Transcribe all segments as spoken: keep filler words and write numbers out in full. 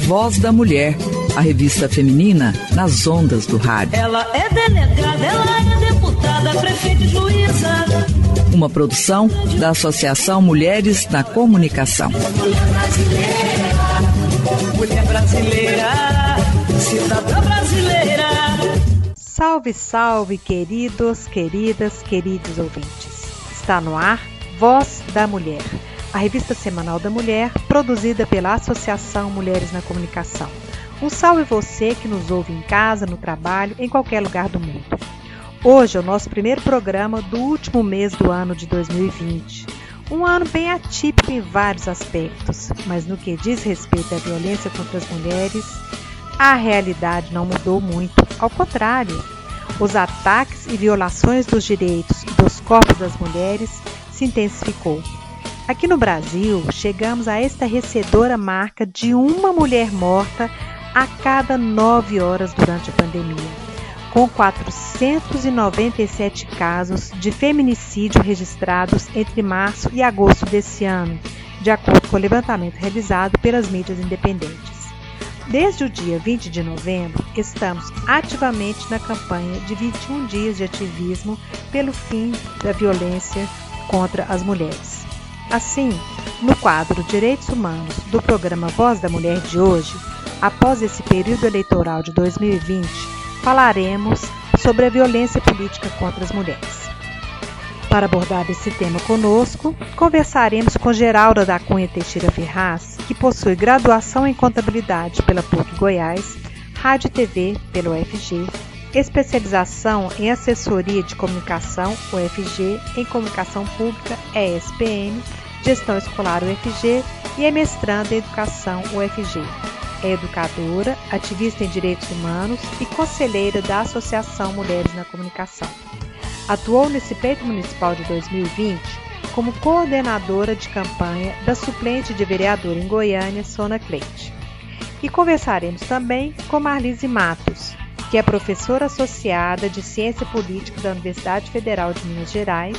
Voz da Mulher, a revista feminina nas ondas do rádio. Ela é delegada, ela é deputada, prefeita e juíza. Uma produção da Associação Mulheres na Comunicação. Mulher brasileira, mulher brasileira, cidadã brasileira. Salve, salve, queridos, queridas, queridos ouvintes. Está no ar Voz da Mulher, a revista semanal da mulher, produzida pela Associação Mulheres na Comunicação. Um salve você que nos ouve em casa, no trabalho, em qualquer lugar do mundo. Hoje é o nosso primeiro programa do último mês do ano de dois mil e vinte. Um ano bem atípico em vários aspectos, mas no que diz respeito à violência contra as mulheres, a realidade não mudou muito. Ao contrário, os ataques e violações dos direitos e dos corpos das mulheres se intensificou. Aqui no Brasil, chegamos a estarrecedora marca de uma mulher morta a cada nove horas durante a pandemia, com quatrocentos e noventa e sete casos de feminicídio registrados entre março e agosto desse ano, de acordo com o levantamento realizado pelas mídias independentes. Desde o dia vinte de novembro, estamos ativamente na campanha de vinte e um dias de ativismo pelo fim da violência contra as mulheres. Assim, no quadro Direitos Humanos do programa Voz da Mulher de hoje, após esse período eleitoral de dois mil e vinte, falaremos sobre a violência política contra as mulheres. Para abordar esse tema conosco, conversaremos com Geralda da Cunha Teixeira Ferraz, que possui graduação em Contabilidade pela PUC Goiás, Rádio e T V pela U F G, especialização em Assessoria de Comunicação, U F G, em Comunicação Pública, E S P M, Gestão Escolar, U F G, e é mestranda em Educação, U F G. É educadora, ativista em direitos humanos e conselheira da Associação Mulheres na Comunicação. Atuou nesse pleito municipal de dois mil e vinte como coordenadora de campanha da suplente de vereadora em Goiânia, Sona Cleide. E conversaremos também com Marlise Matos, que é professora associada de Ciência Política da Universidade Federal de Minas Gerais,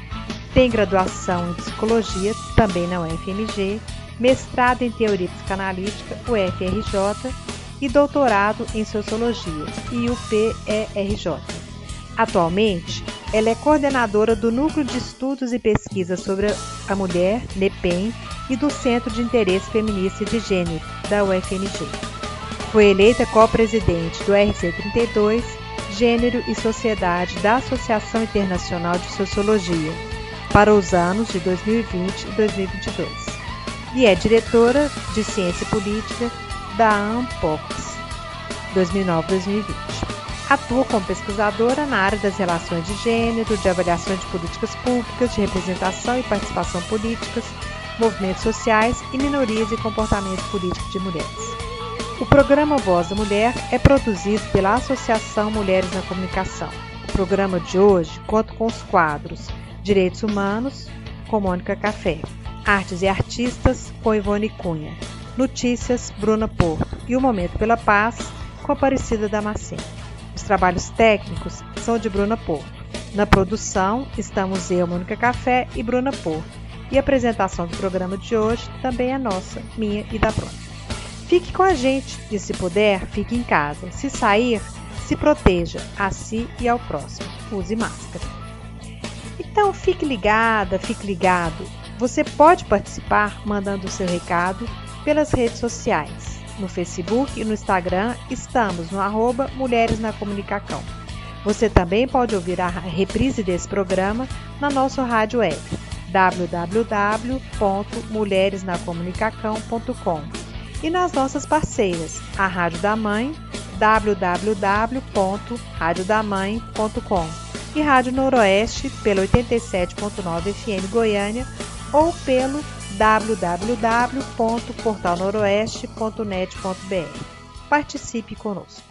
tem graduação em Psicologia, também na U F M G, mestrado em Teoria Psicanalítica, U F R J, e doutorado em Sociologia, I U P E R J. Atualmente, ela é coordenadora do Núcleo de Estudos e Pesquisas sobre a Mulher, NEPEM, e do Centro de Interesse Feminista e de Gênero, da U F M G. Foi eleita co-presidente do R C trinta e dois, Gênero e Sociedade da Associação Internacional de Sociologia, para os anos de dois mil e vinte e dois mil e vinte e dois. E é diretora de Ciência Política da ANPOX, dois mil e nove a dois mil e vinte. Atua como pesquisadora na área das relações de gênero, de avaliação de políticas públicas, de representação e participação políticas, movimentos sociais e minorias e comportamento político de mulheres. O programa Voz da Mulher é produzido pela Associação Mulheres na Comunicação. O programa de hoje conta com os quadros Direitos Humanos, com Mônica Café, Artes e Artistas, com Ivone Cunha, Notícias, Bruna Porto e O Momento pela Paz, com Aparecida Damasceno. Os trabalhos técnicos são de Bruna Porto. Na produção estamos eu, Mônica Café e Bruna Porto. E a apresentação do programa de hoje também é nossa, minha e da Bruna. Fique com a gente e, se puder, fique em casa. Se sair, se proteja a si e ao próximo. Use máscara. Então fique ligada, fique ligado. Você pode participar mandando o seu recado pelas redes sociais. No Facebook e no Instagram estamos no arroba Mulheres na Comunicação. Você também pode ouvir a reprise desse programa na nossa rádio web w w w ponto mulheres na comunicação ponto com e nas nossas parceiras, a Rádio da Mãe, w w w ponto rádio da mãe ponto com e Rádio Noroeste pela oitenta e sete ponto nove F M Goiânia ou pelo w w w ponto portal noroeste ponto net ponto b r. Participe conosco.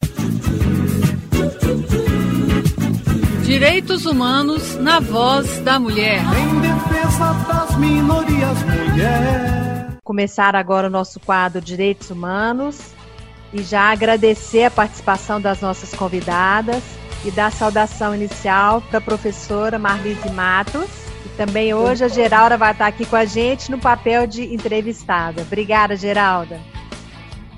Direitos Humanos na Voz da Mulher. Em defesa das minorias, mulher. Começar agora o nosso quadro Direitos Humanos e já agradecer a participação das nossas convidadas e dar a saudação inicial para a professora Marlise Matos. E também hoje a Geralda vai estar aqui com a gente no papel de entrevistada. Obrigada, Geralda.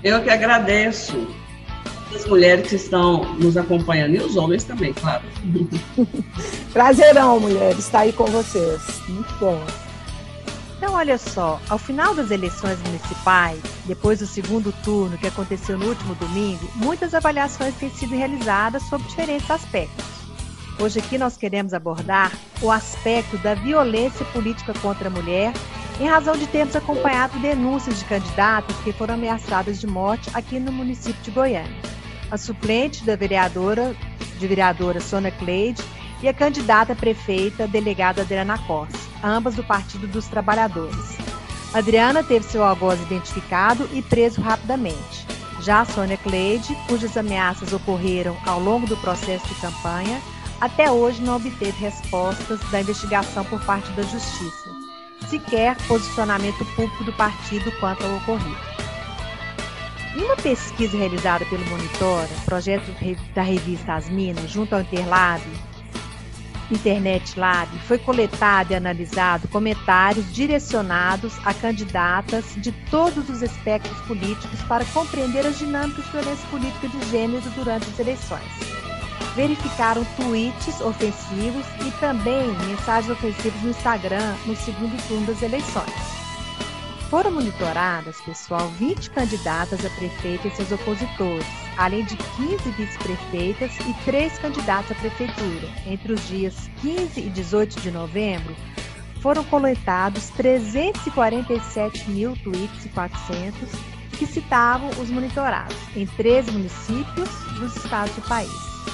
Eu que agradeço as mulheres que estão nos acompanhando e os homens também, claro. Prazerão, mulheres, estar aí com vocês. Muito bom. Então, olha só, ao final das eleições municipais, depois do segundo turno que aconteceu no último domingo, muitas avaliações têm sido realizadas sobre diferentes aspectos. Hoje aqui nós queremos abordar o aspecto da violência política contra a mulher, em razão de termos acompanhado denúncias de candidatas que foram ameaçadas de morte aqui no município de Goiânia. A suplente da vereadora, de vereadora Sônia Cleide e a candidata a prefeita delegada Adriana Costa, ambas do Partido dos Trabalhadores. Adriana teve seu algoz identificado e preso rapidamente. Já a Sônia Cleide, cujas ameaças ocorreram ao longo do processo de campanha, até hoje não obteve respostas da investigação por parte da Justiça, sequer posicionamento público do partido quanto ao ocorrido. Em uma pesquisa realizada pelo Monitora, projeto da revista As Minas, junto ao Interlab, Internet Lab, foi coletado e analisado comentários direcionados a candidatas de todos os espectros políticos para compreender as dinâmicas de violência política de gênero durante as eleições. Verificaram tweets ofensivos e também mensagens ofensivas no Instagram no segundo turno das eleições. Foram monitoradas, pessoal, vinte candidatas a prefeita e seus opositores, além de quinze vice-prefeitas e três candidatos à prefeitura. Entre os dias quinze e dezoito de novembro, foram coletados trezentos e quarenta e sete mil tweets e quatrocentos que citavam os monitorados em treze municípios dos estados do país.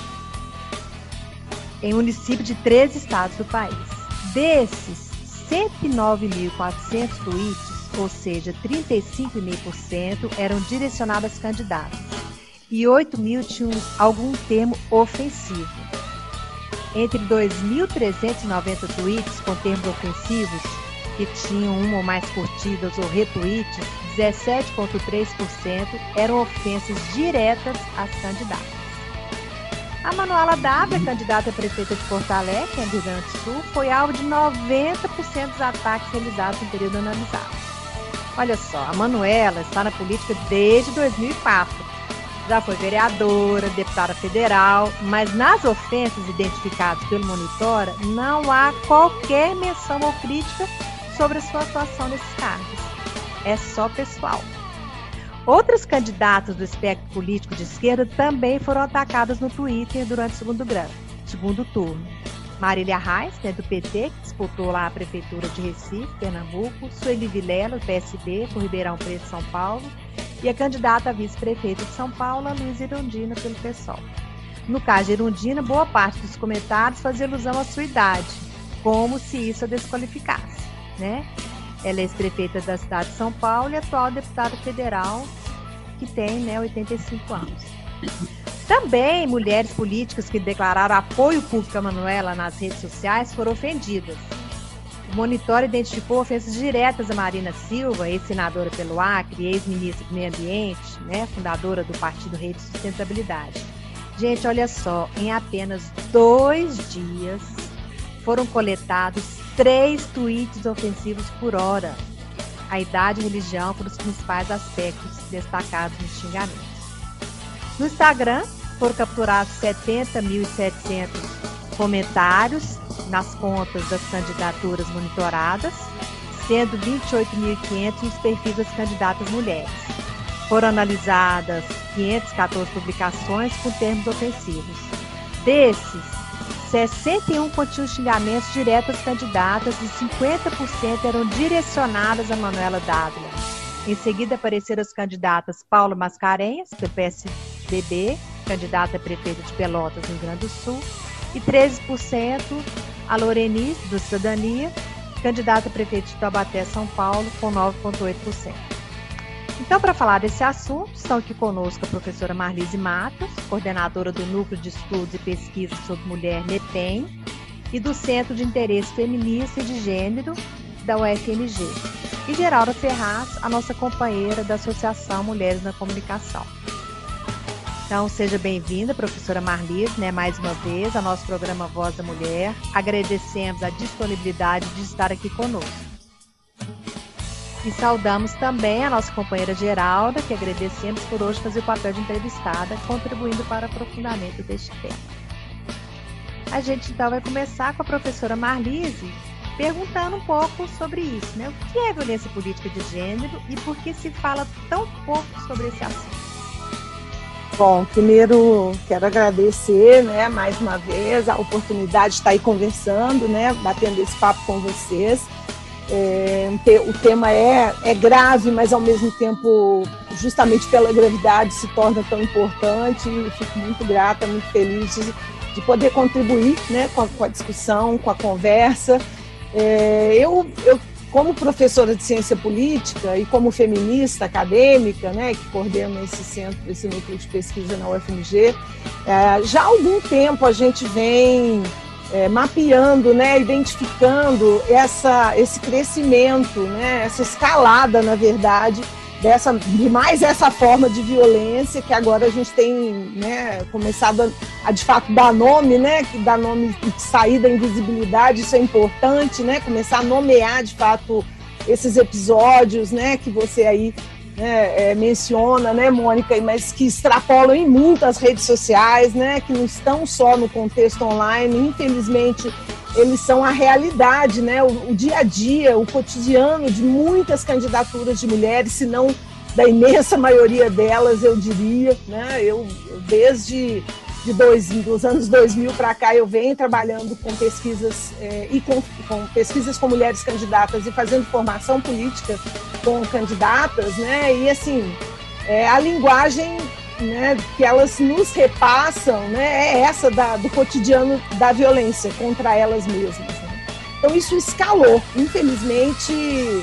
Em municípios de treze estados do país. Desses, cento e nove mil e quatrocentos tweets, ou seja, trinta e cinco vírgula cinco por cento, eram direcionados às candidatas e oito mil tinham algum termo ofensivo. Entre dois mil trezentos e noventa tweets com termos ofensivos, que tinham uma ou mais curtidas ou retweets, dezessete vírgula três por cento eram ofensas diretas às candidatas. A Manuela W, candidata a prefeita de Porto Alegre, no Rio Grande do Sul, foi alvo de noventa por cento dos ataques realizados no período analisado. Olha só, a Manuela está na política desde dois mil e quatro. Já foi vereadora, deputada federal, mas nas ofensas identificadas pelo Monitora, não há qualquer menção ou crítica sobre a sua atuação nesses cargos. É só pessoal. Outras candidatas do espectro político de esquerda também foram atacadas no Twitter durante o segundo, grau, segundo turno. Marília Reis, né, do P T, que disputou lá a prefeitura de Recife, Pernambuco, Sueli Vilela, do P S B, por Ribeirão Preto, São Paulo, e a candidata a vice-prefeita de São Paulo, a Luísa Erundina, pelo PSOL. No caso de Erundina, boa parte dos comentários fazia alusão à sua idade, como se isso a desqualificasse, né? Ela é ex-prefeita da cidade de São Paulo e atual deputada federal, que tem, né, oitenta e cinco anos. Também mulheres políticas que declararam apoio público a Manuela nas redes sociais foram ofendidas. O Monitor identificou ofensas diretas a Marina Silva, ex-senadora pelo Acre, ex-ministra do Meio Ambiente, né, fundadora do Partido Rede de Sustentabilidade. Gente, olha só, em apenas dois dias foram coletados três tweets ofensivos por hora. A idade e religião foram os principais aspectos destacados nos xingamentos. No Instagram, foram capturados setenta mil e setecentos comentários nas contas das candidaturas monitoradas, sendo vinte e oito mil e quinhentos nos perfis das candidatas mulheres. Foram analisadas quinhentas e quatorze publicações com termos ofensivos. Desses, sessenta e um continham xingamentos diretos às candidatas e cinquenta por cento eram direcionadas a Manuela Dávila. Em seguida apareceram as candidatas Paula Mascarenhas, do P S D B, candidata a prefeita de Pelotas, no Rio Grande do Sul, e treze por cento a Lorenice, do Cidadania, candidata a prefeita de Taubaté, São Paulo, com nove vírgula oito por cento. Então, para falar desse assunto, estão aqui conosco a professora Marlise Matos, coordenadora do Núcleo de Estudos e Pesquisas sobre Mulher NEPEM e do Centro de Interesse Feminista e de Gênero da U F M G, e Geralda Ferraz, a nossa companheira da Associação Mulheres na Comunicação. Então, seja bem-vinda, professora Marlise, né, mais uma vez, ao nosso programa Voz da Mulher. Agradecemos a disponibilidade de estar aqui conosco. E saudamos também a nossa companheira Geralda, que agradecemos por hoje fazer o papel de entrevistada, contribuindo para o aprofundamento deste tema. A gente então vai começar com a professora Marlise, perguntando um pouco sobre isso, né? O que é violência política de gênero e por que se fala tão pouco sobre esse assunto? Bom, primeiro quero agradecer, né, mais uma vez a oportunidade de estar aí conversando, né, batendo esse papo com vocês. É, o tema é, é grave, mas ao mesmo tempo, justamente pela gravidade, se torna tão importante e fico muito grata, muito feliz de, de poder contribuir, né, com, a, com a discussão, com a conversa. É, eu, eu, como professora de ciência política e como feminista acadêmica, né, que coordena esse centro, esse núcleo de pesquisa na U F M G, é, já há algum tempo a gente vem é, mapeando, né, identificando essa, esse crescimento, né, essa escalada, na verdade, dessa, de mais essa forma de violência que agora a gente tem, né, começado a, a de fato dar nome, né, que dá nome de sair da invisibilidade, isso é importante, né, começar a nomear de fato esses episódios, né, que você aí, né, é, menciona, né, Mônica, mas que extrapolam em muitas redes sociais, né, que não estão só no contexto online, infelizmente eles são a realidade, né? o, o dia a dia, o cotidiano de muitas candidaturas de mulheres, se não da imensa maioria delas, eu diria. Né? Eu, eu desde de dois, dos anos dois mil para cá, eu venho trabalhando com pesquisas, é, e com, com pesquisas com mulheres candidatas e fazendo formação política com candidatas, né? E assim, é, a linguagem, né, que elas nos repassam, né, é essa da, do cotidiano da violência contra elas mesmas. Né? Então isso escalou. Infelizmente,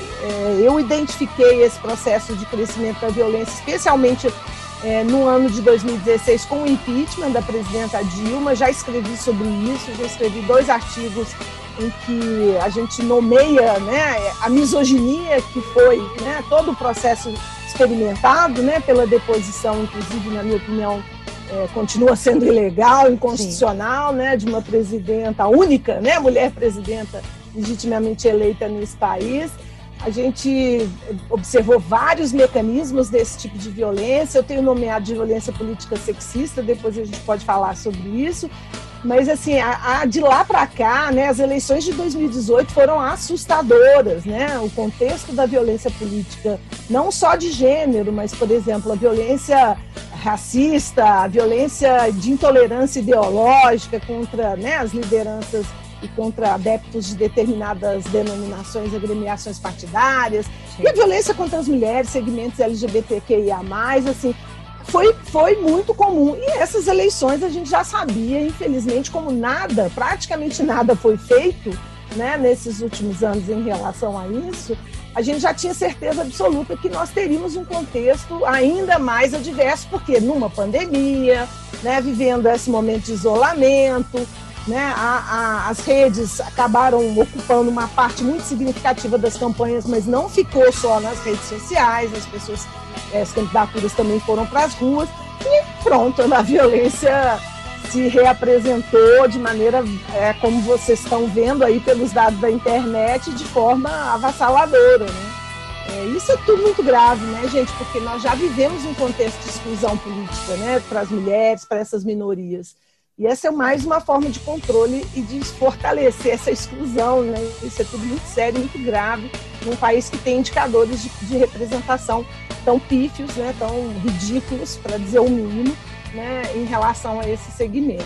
é, eu identifiquei esse processo de crescimento da violência, especialmente é, no ano de dois mil e dezesseis, com o impeachment da presidenta Dilma. Já escrevi sobre isso, já escrevi dois artigos em que a gente nomeia, né, a misoginia que foi, né, todo o processo experimentado, né, pela deposição, inclusive, na minha opinião, é, continua sendo ilegal, inconstitucional, né, de uma presidenta única, né, mulher presidenta legitimamente eleita nesse país. A gente observou vários mecanismos desse tipo de violência. Eu tenho nomeado de violência política sexista, depois a gente pode falar sobre isso. Mas, assim, a, a de lá para cá, né, as eleições de dois mil e dezoito foram assustadoras, né? O contexto da violência política, não só de gênero, mas, por exemplo, a violência racista, a violência de intolerância ideológica contra, né, as lideranças e contra adeptos de determinadas denominações, agremiações partidárias, Sim. e a violência contra as mulheres, segmentos L G B T Q I A mais, assim, Foi, foi muito comum. E essas eleições a gente já sabia, infelizmente, como nada, praticamente nada foi feito, né, nesses últimos anos em relação a isso, a gente já tinha certeza absoluta que nós teríamos um contexto ainda mais adverso, porque numa pandemia, né, vivendo esse momento de isolamento, né, a, a, as redes acabaram ocupando uma parte muito significativa das campanhas, mas não ficou só nas redes sociais, as pessoas, as candidaturas também foram para as ruas, e pronto, a violência se reapresentou de maneira, é, como vocês estão vendo aí pelos dados da internet, de forma avassaladora, né? É, isso é tudo muito grave, né, gente? Porque nós já vivemos um contexto de exclusão política, né, para as mulheres, para essas minorias. E essa é mais uma forma de controle e de fortalecer essa exclusão, né? Isso é tudo muito sério, muito grave, num país que tem indicadores de, de representação tão pífios, né, tão ridículos, para dizer o mínimo, né, em relação a esses segmentos.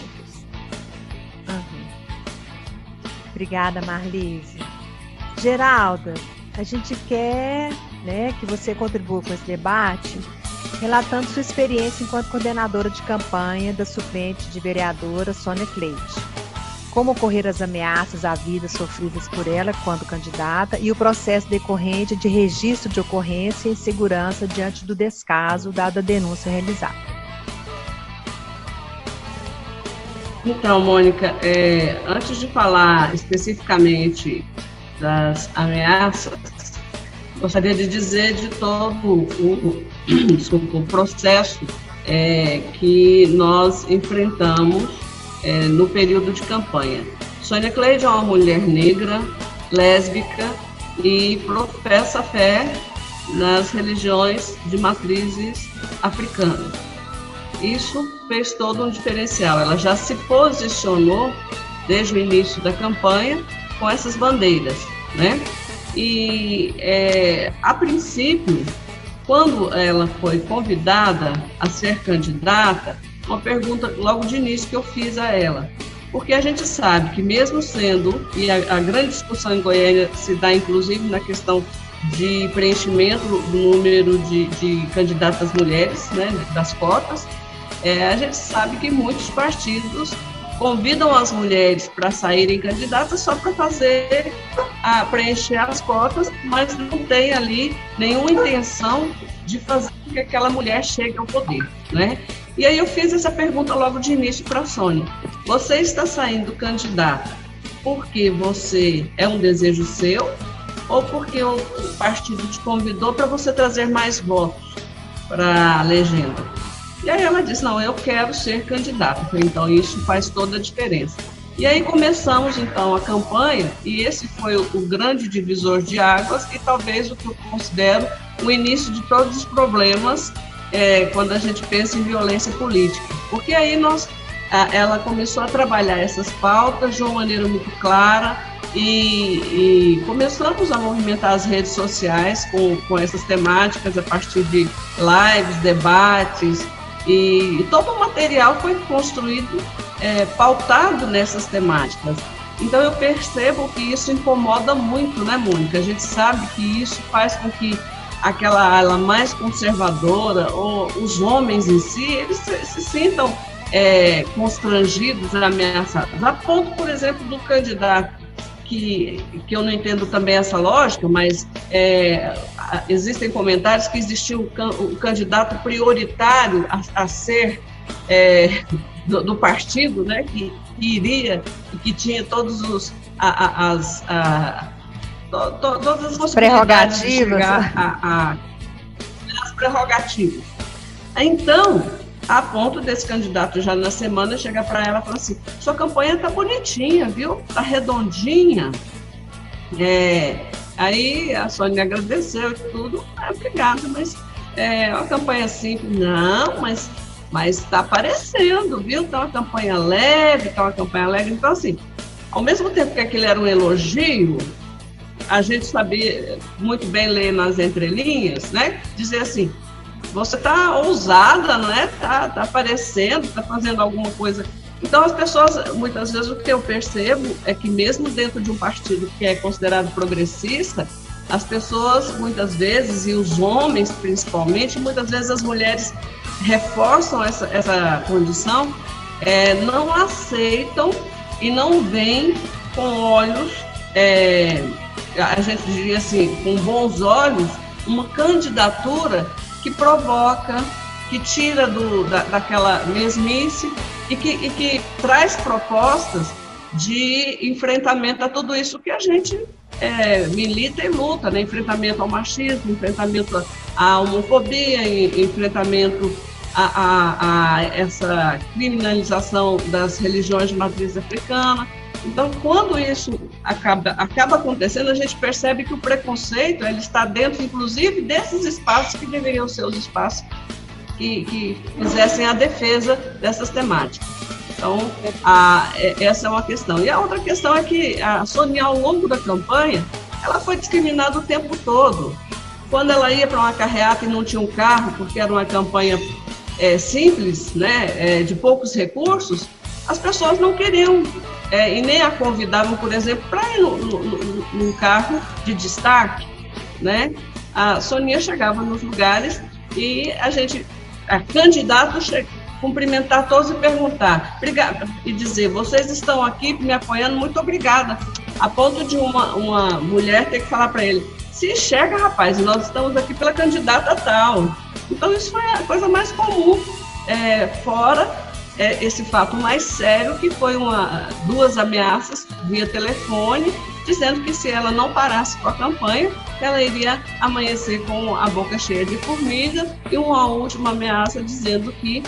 Uhum. Obrigada, Marlise. Geralda, a gente quer, né, que você contribua com esse debate, relatando sua experiência enquanto coordenadora de campanha da suplente de vereadora Sônia Cleide. Como ocorreram as ameaças à vida sofridas por ela quando candidata e o processo decorrente de registro de ocorrência e segurança diante do descaso dada a denúncia realizada. Então, Mônica, é, antes de falar especificamente das ameaças, gostaria de dizer de todo o, o, desculpa, o processo é, que nós enfrentamos é, no período de campanha. Sônia Cleide é uma mulher negra, lésbica, e professa fé nas religiões de matrizes africanas. Isso fez todo um diferencial. Ela já se posicionou desde o início da campanha com essas bandeiras, né? E, é, a princípio, quando ela foi convidada a ser candidata, uma pergunta logo de início que eu fiz a ela, porque a gente sabe que mesmo sendo, e a, a grande discussão em Goiânia se dá inclusive na questão de preenchimento do número de, de candidatas mulheres, né, das cotas, é, a gente sabe que muitos partidos convidam as mulheres para saírem candidatas só para fazer, a, preencher as cotas, mas não tem ali nenhuma intenção de fazer com que aquela mulher chegue ao poder, né? E aí eu fiz essa pergunta logo de início para a Sônia. Você está saindo candidata porque você é um desejo seu ou porque o, o partido te convidou para você trazer mais votos para a legenda? E aí ela disse, não, eu quero ser candidata. Então isso faz toda a diferença. E aí começamos então a campanha e esse foi o, o grande divisor de águas e talvez o que eu considero o início de todos os problemas É, quando a gente pensa em violência política, porque aí nós, a, ela começou a trabalhar essas pautas de uma maneira muito clara e, e começamos a movimentar as redes sociais com, com essas temáticas a partir de lives, debates e, e todo o material foi construído é, pautado nessas temáticas. Então eu percebo que isso incomoda muito, né, Mônica? A gente sabe que isso faz com que aquela ala mais conservadora, ou os homens em si, eles se, se sintam é, constrangidos, ameaçados. A ponto, por exemplo, do candidato, que, que eu não entendo também essa lógica, mas é, existem comentários que existia o, can, o candidato prioritário a, a ser é, do, do partido, né, que, que iria, que tinha todos os... A, a, as, a, todas as possibilidades de chegar a, a, as prerrogativas. Então, a ponto desse candidato já na semana chegar para ela e falar assim, sua campanha tá bonitinha, viu? Tá redondinha. É, aí a Sônia agradeceu e tudo, ah, obrigada, mas é uma campanha simples. Não, mas mas está aparecendo, viu? Tá uma campanha leve, tá uma campanha alegre. Então, assim, ao mesmo tempo que aquilo era um elogio, a gente sabia muito bem ler nas entrelinhas, né? Dizer assim, você está ousada, não é? Está tá aparecendo, está fazendo alguma coisa. Então, as pessoas, muitas vezes, o que eu percebo é que mesmo dentro de um partido que é considerado progressista, as pessoas, muitas vezes, e os homens principalmente, muitas vezes as mulheres reforçam essa, essa condição, é, não aceitam e não veem com olhos... É, a gente diria assim, com bons olhos, uma candidatura que provoca, que tira do, da, daquela mesmice e que, e que traz propostas de enfrentamento a tudo isso que a gente é, milita e luta, né? Enfrentamento ao machismo, enfrentamento à homofobia, enfrentamento a, a, a essa criminalização das religiões de matriz africana. Então, quando isso acaba, acaba acontecendo, a gente percebe que o preconceito ele está dentro, inclusive, desses espaços que deveriam ser os espaços que, que fizessem a defesa dessas temáticas. Então, a, essa é uma questão. E a outra questão é que a Sônia, ao longo da campanha, ela foi discriminada o tempo todo. Quando ela ia para uma carreata e não tinha um carro, porque era uma campanha é, simples, né, é, de poucos recursos, as pessoas não queriam... É, e nem a convidavam, por exemplo, para ir no, no, no, num carro de destaque, né? A Sonia chegava nos lugares e a gente, a candidato, che- cumprimentar todos e perguntar, obrigada, e dizer, vocês estão aqui me apoiando, muito obrigada, a ponto de uma, uma mulher ter que falar para ele, se enxerga, rapaz, nós estamos aqui pela candidata tal. Então isso foi a coisa mais comum, é, fora... É esse fato mais sério, que foi uma, duas ameaças via telefone, dizendo que se ela não parasse com a campanha, ela iria amanhecer com a boca cheia de formiga, e uma última ameaça dizendo que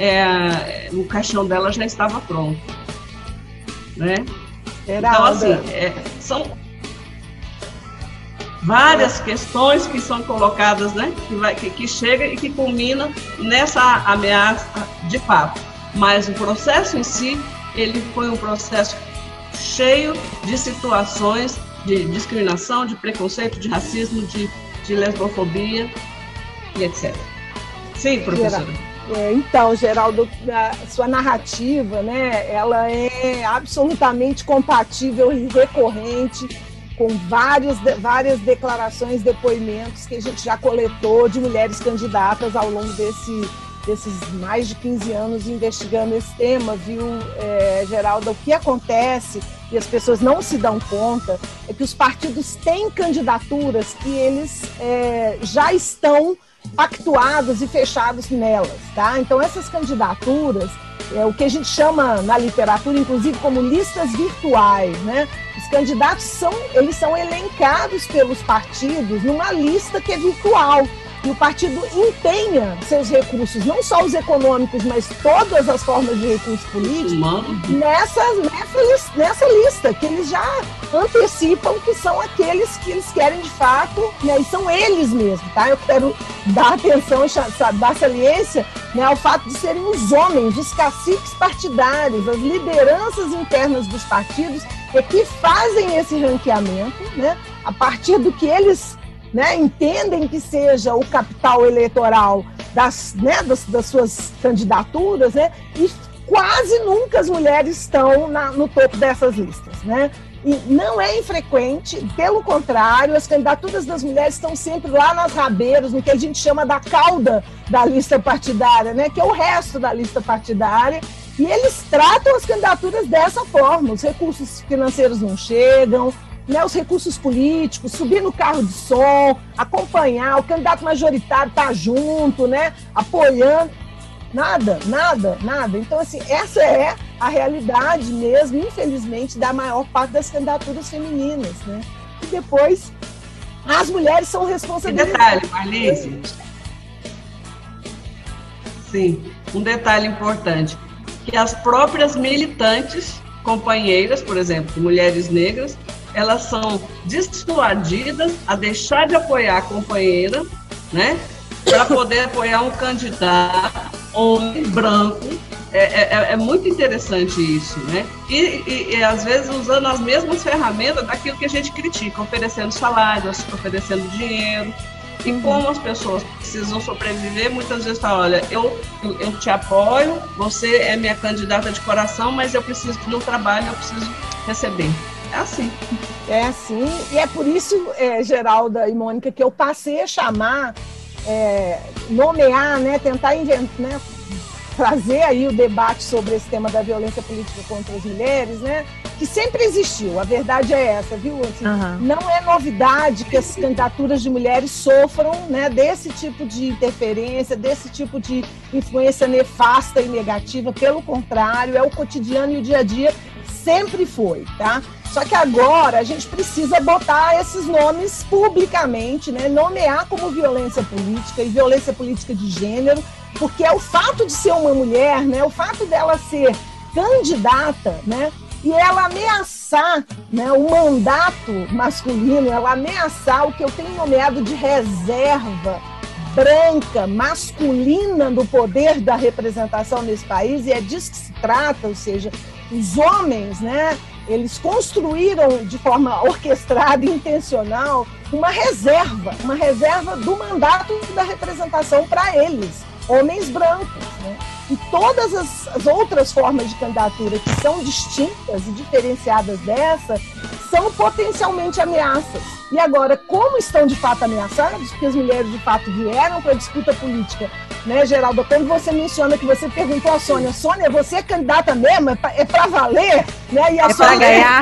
é, o caixão dela já estava pronto. Né? Então, assim, é, são... várias questões que são colocadas, né, que, vai, que, que chega e que culmina nessa ameaça de fato. Mas o processo em si, ele foi um processo cheio de situações de discriminação, de preconceito, de racismo, de, de lesbofobia e etcétera. Sim, professora. É, então, Geraldo, a sua narrativa, né, ela é absolutamente compatível e recorrente com vários, várias declarações, depoimentos que a gente já coletou de mulheres candidatas ao longo desse, desses mais de quinze anos investigando esse tema, viu, é, Geraldo? O que acontece, e as pessoas não se dão conta, é que os partidos têm candidaturas que eles é, já estão pactuados e fechados nelas, tá? Então, essas candidaturas, é o que a gente chama na literatura, inclusive, como listas virtuais, né? Os candidatos são, eles são elencados pelos partidos numa lista que é virtual. E o partido empenha seus recursos, não só os econômicos, mas todas as formas de recurso político, nessa, nessa, nessa lista, que eles já antecipam que são aqueles que eles querem de fato, né, e são eles mesmos, tá? Eu quero dar atenção, dar saliência, né, ao fato de serem os homens, os caciques partidários, as lideranças internas dos partidos, é que fazem esse ranqueamento, né, a partir do que eles, né, entendem que seja o capital eleitoral das, né, das, das suas candidaturas, né, e quase nunca as mulheres estão na, no topo dessas listas, né? E não é infrequente, pelo contrário, as candidaturas das mulheres estão sempre lá nas rabeiras, no que a gente chama da cauda da lista partidária, né, que é o resto da lista partidária, e eles tratam as candidaturas dessa forma. Os recursos financeiros não chegam, né, os recursos políticos, subir no carro de som, acompanhar, o candidato majoritário tá junto, né, apoiando. Nada, nada, nada. Então, assim, essa é a realidade mesmo, infelizmente, da maior parte das candidaturas femininas, né? E depois, as mulheres são responsabilizadas. Um detalhe, Marlise. Sim, um detalhe importante, que as próprias militantes, companheiras, por exemplo, mulheres negras, elas são dissuadidas a deixar de apoiar a companheira, né, para poder apoiar um candidato homem branco. É, é, é muito interessante isso, né? E, e, e às vezes usando as mesmas ferramentas daquilo que a gente critica, oferecendo salários, oferecendo dinheiro. E como as pessoas precisam sobreviver, muitas vezes falam, olha, eu, eu, eu te apoio, você é minha candidata de coração, mas eu preciso de um trabalho, eu preciso receber. É assim. É assim, e é por isso, é, Geralda e Mônica, que eu passei a chamar, é, nomear, né, tentar inventar, né, trazer aí o debate sobre esse tema da violência política contra as mulheres, né, que sempre existiu, a verdade é essa, viu? Assim, uhum. Não é novidade que as candidaturas de mulheres sofram, né, desse tipo de interferência, desse tipo de influência nefasta e negativa, pelo contrário, é o cotidiano e o dia a dia, sempre foi, tá? Só que agora a gente precisa botar esses nomes publicamente, né? Nomear como violência política e violência política de gênero, porque é o fato de ser uma mulher, né? O fato dela ser candidata, né? E ela ameaçar, né, o mandato masculino, ela ameaçar o que eu tenho nomeado de reserva branca, masculina do poder da representação nesse país, e é disso que se trata, ou seja, os homens, né, eles construíram de forma orquestrada e intencional uma reserva, uma reserva do mandato da representação para eles, homens brancos, né? E todas as, as outras formas de candidatura que são distintas e diferenciadas dessa são potencialmente ameaças. E agora, como estão de fato ameaçados, porque as mulheres de fato vieram para a disputa política, né, Geralda? Quando você menciona que você perguntou a Sônia, Sônia, você é candidata mesmo? É para valer? Né? E a é para ganhar.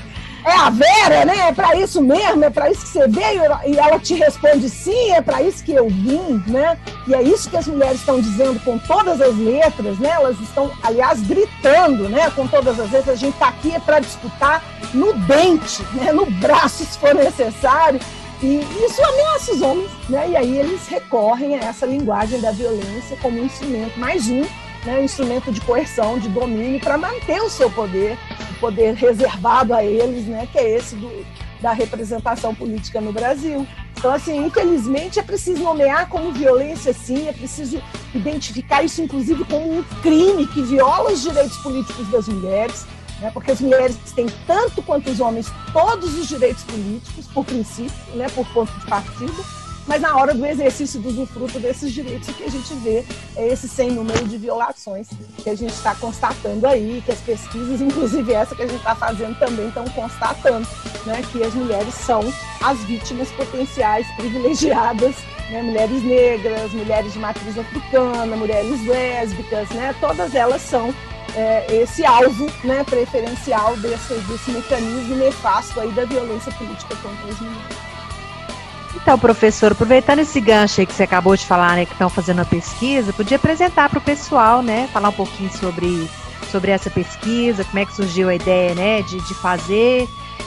É a Vera, né? É para isso mesmo? É para isso que você veio? E ela te responde sim, é para isso que eu vim, né? E é isso que as mulheres estão dizendo com todas as letras, né? Elas estão, aliás, gritando, né? Com todas as letras, a gente está aqui é para disputar no dente, né? No braço, se for necessário. E isso ameaça os homens, né? E aí eles recorrem a essa linguagem da violência como um instrumento, mais um, né? Um instrumento de coerção, de domínio, para manter o seu poder, o poder reservado a eles, né? Que é esse do, da representação política no Brasil. Então, assim, infelizmente é preciso nomear como violência, sim, é preciso identificar isso, inclusive, como um crime que viola os direitos políticos das mulheres, né, porque as mulheres têm, tanto quanto os homens, todos os direitos políticos, por princípio, né, por ponto de partida, mas na hora do exercício do usufruto desses direitos, o que a gente vê é esse sem número de violações que a gente está constatando aí, que as pesquisas, inclusive essa que a gente está fazendo, também estão constatando, né, que as mulheres são as vítimas potenciais privilegiadas, né, mulheres negras, mulheres de matriz africana, mulheres lésbicas, né, todas elas são é, esse alvo, né, preferencial desse, desse mecanismo nefasto aí da violência política contra as mulheres. Então, professor, aproveitando esse gancho aí que você acabou de falar, né, que estão fazendo uma pesquisa, podia apresentar para o pessoal, né, falar um pouquinho sobre, sobre essa pesquisa, como é que surgiu a ideia, né, de, de fazer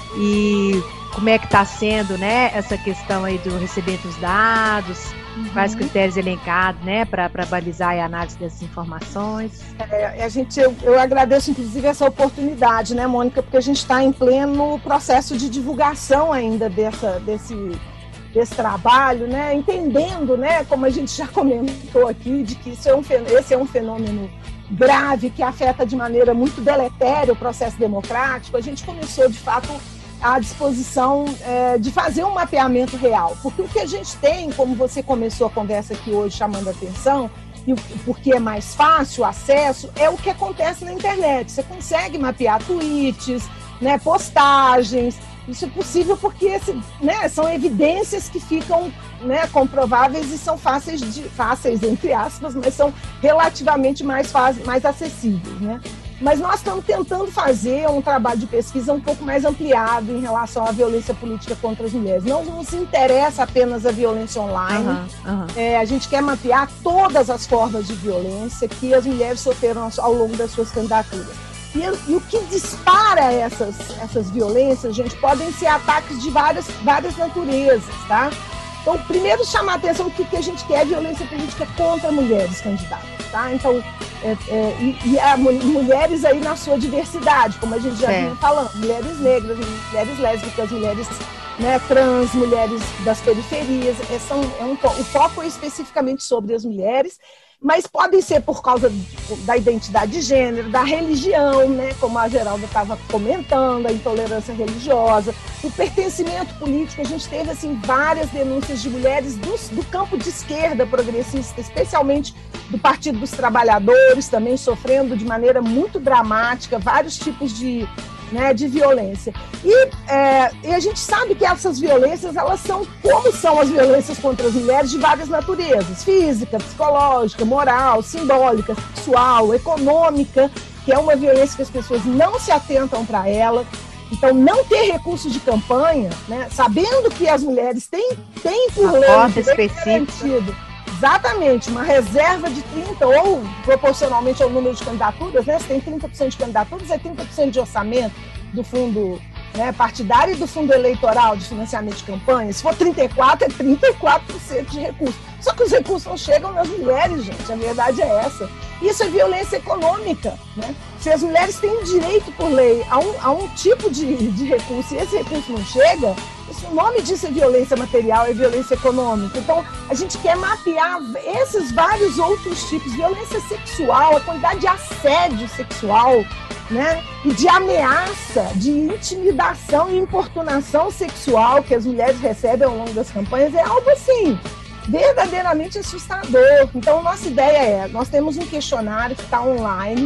e como é que está sendo, né, essa questão aí do recebimento dos dados, uhum. quais critérios elencados, né, para balizar a análise dessas informações. É, a gente, eu, eu agradeço, inclusive, essa oportunidade, né, Mônica, porque a gente está em pleno processo de divulgação ainda dessa, desse... desse trabalho, né, entendendo, né, como a gente já comentou aqui, de que isso é um, esse é um fenômeno grave que afeta de maneira muito deletéria o processo democrático. A gente começou, de fato, a disposição é, de fazer um mapeamento real, porque o que a gente tem, como você começou a conversa aqui hoje chamando a atenção, e porque é mais fácil o acesso, é o que acontece na internet. Você consegue mapear tweets, né, postagens. Isso é possível porque esse, né, são evidências que ficam, né, comprováveis e são fáceis, de, fáceis, entre aspas, mas são relativamente mais, fáceis, mais acessíveis, né? Mas nós estamos tentando fazer um trabalho de pesquisa um pouco mais ampliado em relação à violência política contra as mulheres. Não nos interessa apenas a violência online. Uhum, uhum. É, a gente quer mapear todas as formas de violência que as mulheres sofreram ao longo das suas candidaturas. E, e o que dispara essas, essas violências, gente, podem ser ataques de várias, várias naturezas, tá? Então, primeiro chamar a atenção do que, que a gente quer, violência política contra mulheres candidatas, tá? Então, é, é, e, e a, mulheres aí na sua diversidade, como a gente já vinha falando, mulheres negras, mulheres lésbicas, mulheres, né, trans, mulheres das periferias, é, são, é um, o foco é especificamente sobre as mulheres, mas podem ser por causa da identidade de gênero, da religião, né, como a Geralda estava comentando, a intolerância religiosa, o pertencimento político. A gente teve assim, várias denúncias de mulheres do, do campo de esquerda progressista, especialmente do Partido dos Trabalhadores, também sofrendo de maneira muito dramática vários tipos de, né, de violência. E, é, e a gente sabe que essas violências, elas são como são as violências contra as mulheres de várias naturezas, física, psicológica, moral, simbólica, sexual, econômica, que é uma violência que as pessoas não se atentam para ela. Então, não ter recursos de campanha, né, sabendo que as mulheres têm, têm por lei garantido, exatamente, uma reserva de trinta por cento, ou proporcionalmente ao número de candidaturas, né, se tem trinta por cento de candidaturas, é trinta por cento de orçamento do fundo, né, partidário e do fundo eleitoral de financiamento de campanha. Se for trinta e quatro por cento, é trinta e quatro por cento de recursos. Só que os recursos não chegam nas mulheres, gente, a verdade é essa. Isso é violência econômica, né? Se as mulheres têm direito por lei a um, a um tipo de, de recurso e esse recurso não chega, isso, o nome disso é violência material, é violência econômica. Então, a gente quer mapear esses vários outros tipos, violência sexual, a quantidade de assédio sexual, né? E de ameaça, de intimidação e importunação sexual que as mulheres recebem ao longo das campanhas, é algo assim, verdadeiramente assustador. Então, nossa ideia é, nós temos um questionário que está online,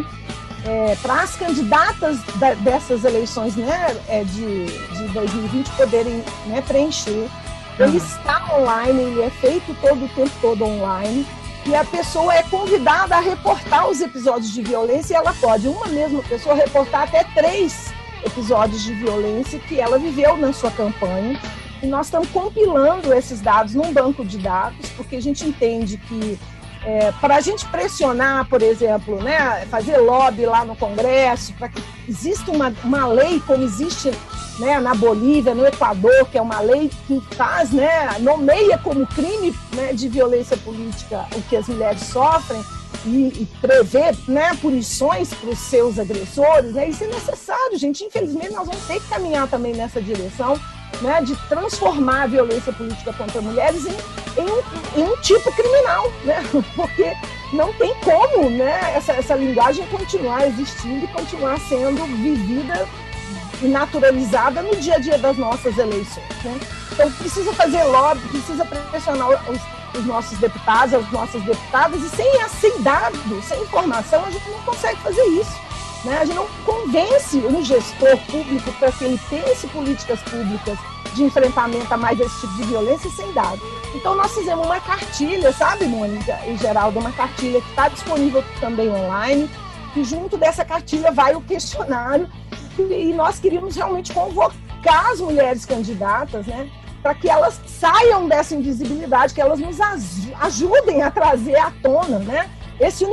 é, para as candidatas da, dessas eleições, né, é, de, de dois mil e vinte poderem, né, preencher. Ele está online, ele é feito todo o tempo todo online, e a pessoa é convidada a reportar os episódios de violência, e ela pode, uma mesma pessoa, reportar até três episódios de violência que ela viveu na sua campanha. E nós estamos compilando esses dados num banco de dados, porque a gente entende que é, para a gente pressionar, por exemplo, né, fazer lobby lá no Congresso, para que exista uma, uma lei como existe, né, na Bolívia, no Equador, que é uma lei que faz, né, nomeia como crime, né, de violência política o que as mulheres sofrem e, e prevê, né, punições para os seus agressores, né, isso é necessário, gente. Infelizmente, nós vamos ter que caminhar também nessa direção, né, de transformar a violência política contra mulheres em, em, um, em um tipo criminal, né, porque não tem como, né, essa, essa linguagem continuar existindo e continuar sendo vivida e naturalizada no dia a dia das nossas eleições, né? Então precisa fazer lobby, precisa pressionar os, os nossos deputados, as nossas deputadas, e sem, sem dados, sem informação, a gente não consegue fazer isso, né? A gente não convence um gestor público para que ele pense políticas públicas de enfrentamento a mais esse tipo de violência sem dados. Então nós fizemos uma cartilha, sabe, Mônica e Geraldo, uma cartilha que está disponível também online, e junto dessa cartilha vai o questionário, e nós queríamos realmente convocar as mulheres candidatas, né, para que elas saiam dessa invisibilidade, que elas nos ajudem a trazer à tona, né, esse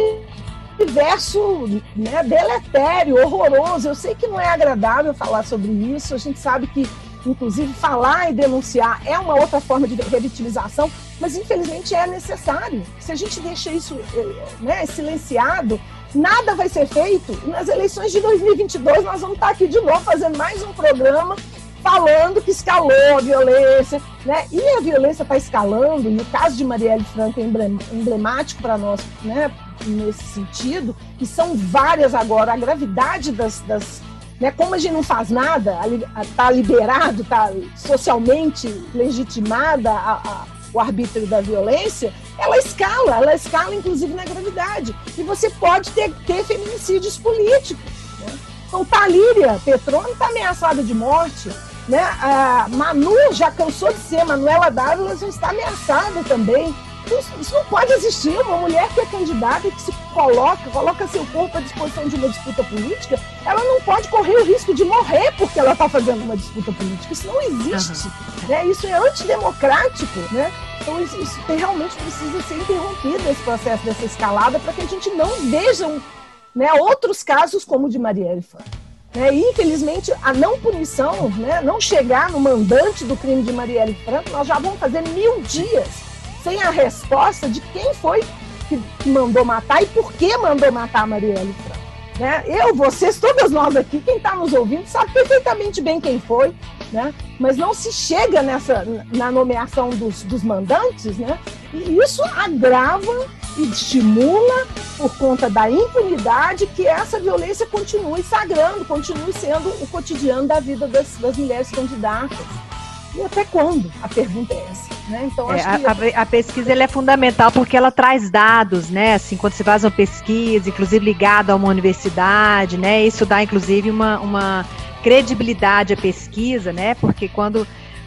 universo, né, deletério, horroroso. Eu sei que não é agradável falar sobre isso, a gente sabe que, inclusive, falar e denunciar é uma outra forma de revitimização, mas infelizmente é necessário. Se a gente deixa isso, né, silenciado, nada vai ser feito. Nas eleições de dois mil e vinte e dois, nós vamos estar aqui de novo fazendo mais um programa falando que escalou a violência, né? E a violência está escalando, e o caso de Marielle Franco é emblemático para nós, né, nesse sentido, que são várias agora, a gravidade das... das né, como a gente não faz nada, está liberado, está socialmente legitimada a, a, o arbítrio da violência, ela escala, ela escala inclusive na gravidade. E você pode ter, ter feminicídios políticos, né? Então, Talíria Petroni está ameaçada de morte, né? A Manu já cansou de ser, Manuela Dávila já está ameaçada também. Isso, isso não pode existir. Uma mulher que é candidata e que se coloca, coloca seu corpo à disposição de uma disputa política, ela não pode correr o risco de morrer porque ela está fazendo uma disputa política. Isso não existe. Uhum. Né? Isso é antidemocrático, né? Então isso, isso realmente precisa ser interrompido, esse processo dessa escalada, para que a gente não veja, né, outros casos como o de Marielle Franco. Né? E, infelizmente, a não punição, né, não chegar no mandante do crime de Marielle Franco, nós já vamos fazer mil dias sem a resposta de quem foi que mandou matar e por que mandou matar a Marielle Franco. Né? Eu, vocês, todas nós aqui, quem está nos ouvindo, sabe perfeitamente bem quem foi, né? Mas não se chega nessa, na nomeação dos, dos mandantes, né? E isso agrava e estimula, por conta da impunidade, que essa violência continue sagrando, continue sendo o cotidiano da vida das, das mulheres candidatas. E até quando? A pergunta é essa, né? Então, acho é, que... a, a pesquisa ela é fundamental porque ela traz dados, né? Assim, quando você faz uma pesquisa, inclusive ligada a uma universidade, né? Isso dá, inclusive, uma, uma credibilidade à pesquisa, né? Porque quando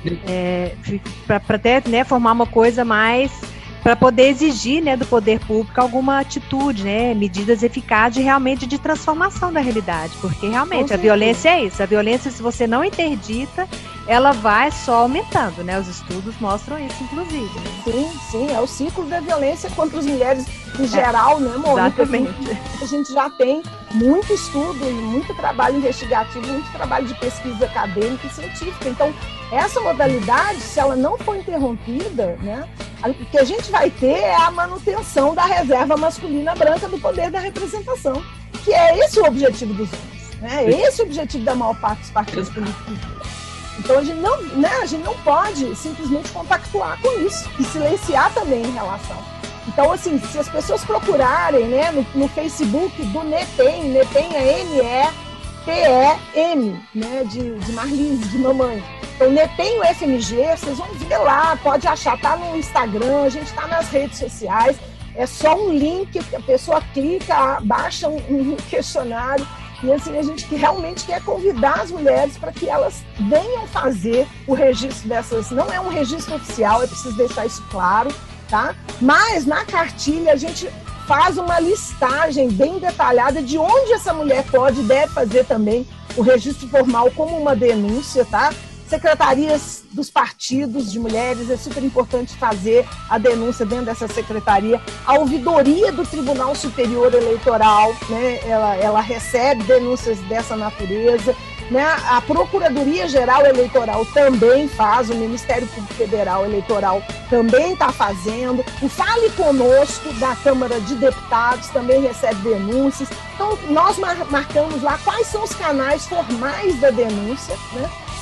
é, para até, né, formar uma coisa mais para poder exigir, né, do poder público alguma atitude, né, medidas eficazes realmente de transformação da realidade, porque realmente a violência é isso, a violência, se você não interdita, ela vai só aumentando, né, os estudos mostram isso, inclusive. Né? Sim, sim, é o ciclo da violência contra as mulheres em geral, é, né, Mônica? Exatamente. A gente já tem muito estudo e muito trabalho investigativo, muito trabalho de pesquisa acadêmica e científica, então essa modalidade, se ela não for interrompida, né, o que a gente vai ter é a manutenção da reserva masculina branca do poder da representação, que é esse o objetivo dos homens, né? É esse o objetivo da maior parte dos partidos políticos. Então a gente, não, né, a gente não pode simplesmente compactuar com isso e silenciar também em relação. Então, assim, se as pessoas procurarem, né, no, no Facebook do NEPEM, NEPEM é N E P E M, né, de, de Marlise, de mamãe. Então, NEPEM U F M G, vocês vão ver lá, pode achar, tá no Instagram, a gente tá nas redes sociais, é só um link que a pessoa clica, baixa um, um questionário, e assim, a gente que realmente quer convidar as mulheres para que elas venham fazer o registro dessas, não é um registro oficial, é preciso deixar isso claro, tá? Mas na cartilha a gente faz uma listagem bem detalhada de onde essa mulher pode e deve fazer também o registro formal como uma denúncia, tá? Secretarias dos partidos de mulheres, é super importante fazer a denúncia dentro dessa secretaria. A ouvidoria do Tribunal Superior Eleitoral, né, ela, ela recebe denúncias dessa natureza. Né? A Procuradoria-Geral Eleitoral também faz, o Ministério Público Federal Eleitoral também está fazendo, o Fale Conosco da Câmara de Deputados também recebe denúncias. Então, nós mar- marcamos lá quais são os canais formais da denúncia, né?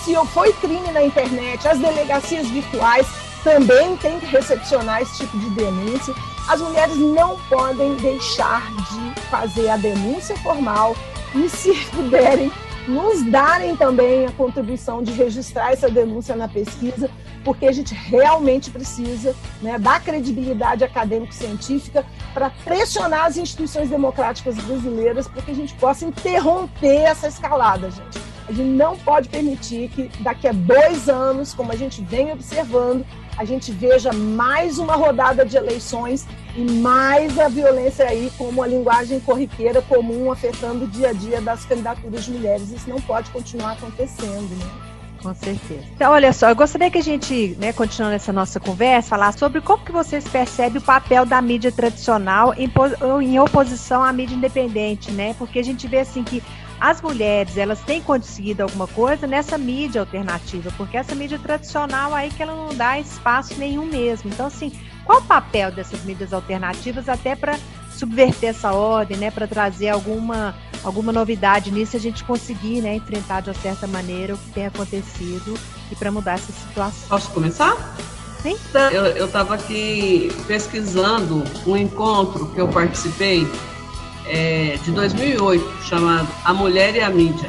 se foi crime na internet, as delegacias virtuais também têm que recepcionar esse tipo de denúncia. As mulheres não podem deixar de fazer a denúncia formal e, se puderem, nos darem também a contribuição de registrar essa denúncia na pesquisa, porque a gente realmente precisa, né, dar credibilidade acadêmico-científica para pressionar as instituições democráticas brasileiras para que a gente possa interromper essa escalada, gente. A gente não pode permitir que daqui a dois anos, como a gente vem observando, a gente veja mais uma rodada de eleições e mais a violência aí como a linguagem corriqueira comum afetando o dia a dia das candidaturas de mulheres. Isso não pode continuar acontecendo, né? Com certeza. Então, olha só, eu gostaria que a gente, né, continuando essa nossa conversa, falar sobre como que vocês percebem o papel da mídia tradicional em, em oposição à mídia independente, né? Porque a gente vê assim que as mulheres, elas têm conseguido alguma coisa nessa mídia alternativa, porque essa mídia tradicional aí que ela não dá espaço nenhum mesmo. Então, assim, qual o papel dessas mídias alternativas até para subverter essa ordem, né, para trazer alguma, alguma novidade nisso, a gente conseguir, né, enfrentar de uma certa maneira o que tem acontecido e para mudar essa situação? Posso começar? Sim. Eu estava aqui pesquisando um encontro que eu participei é, de dois mil e oito, chamado A Mulher e a Mídia.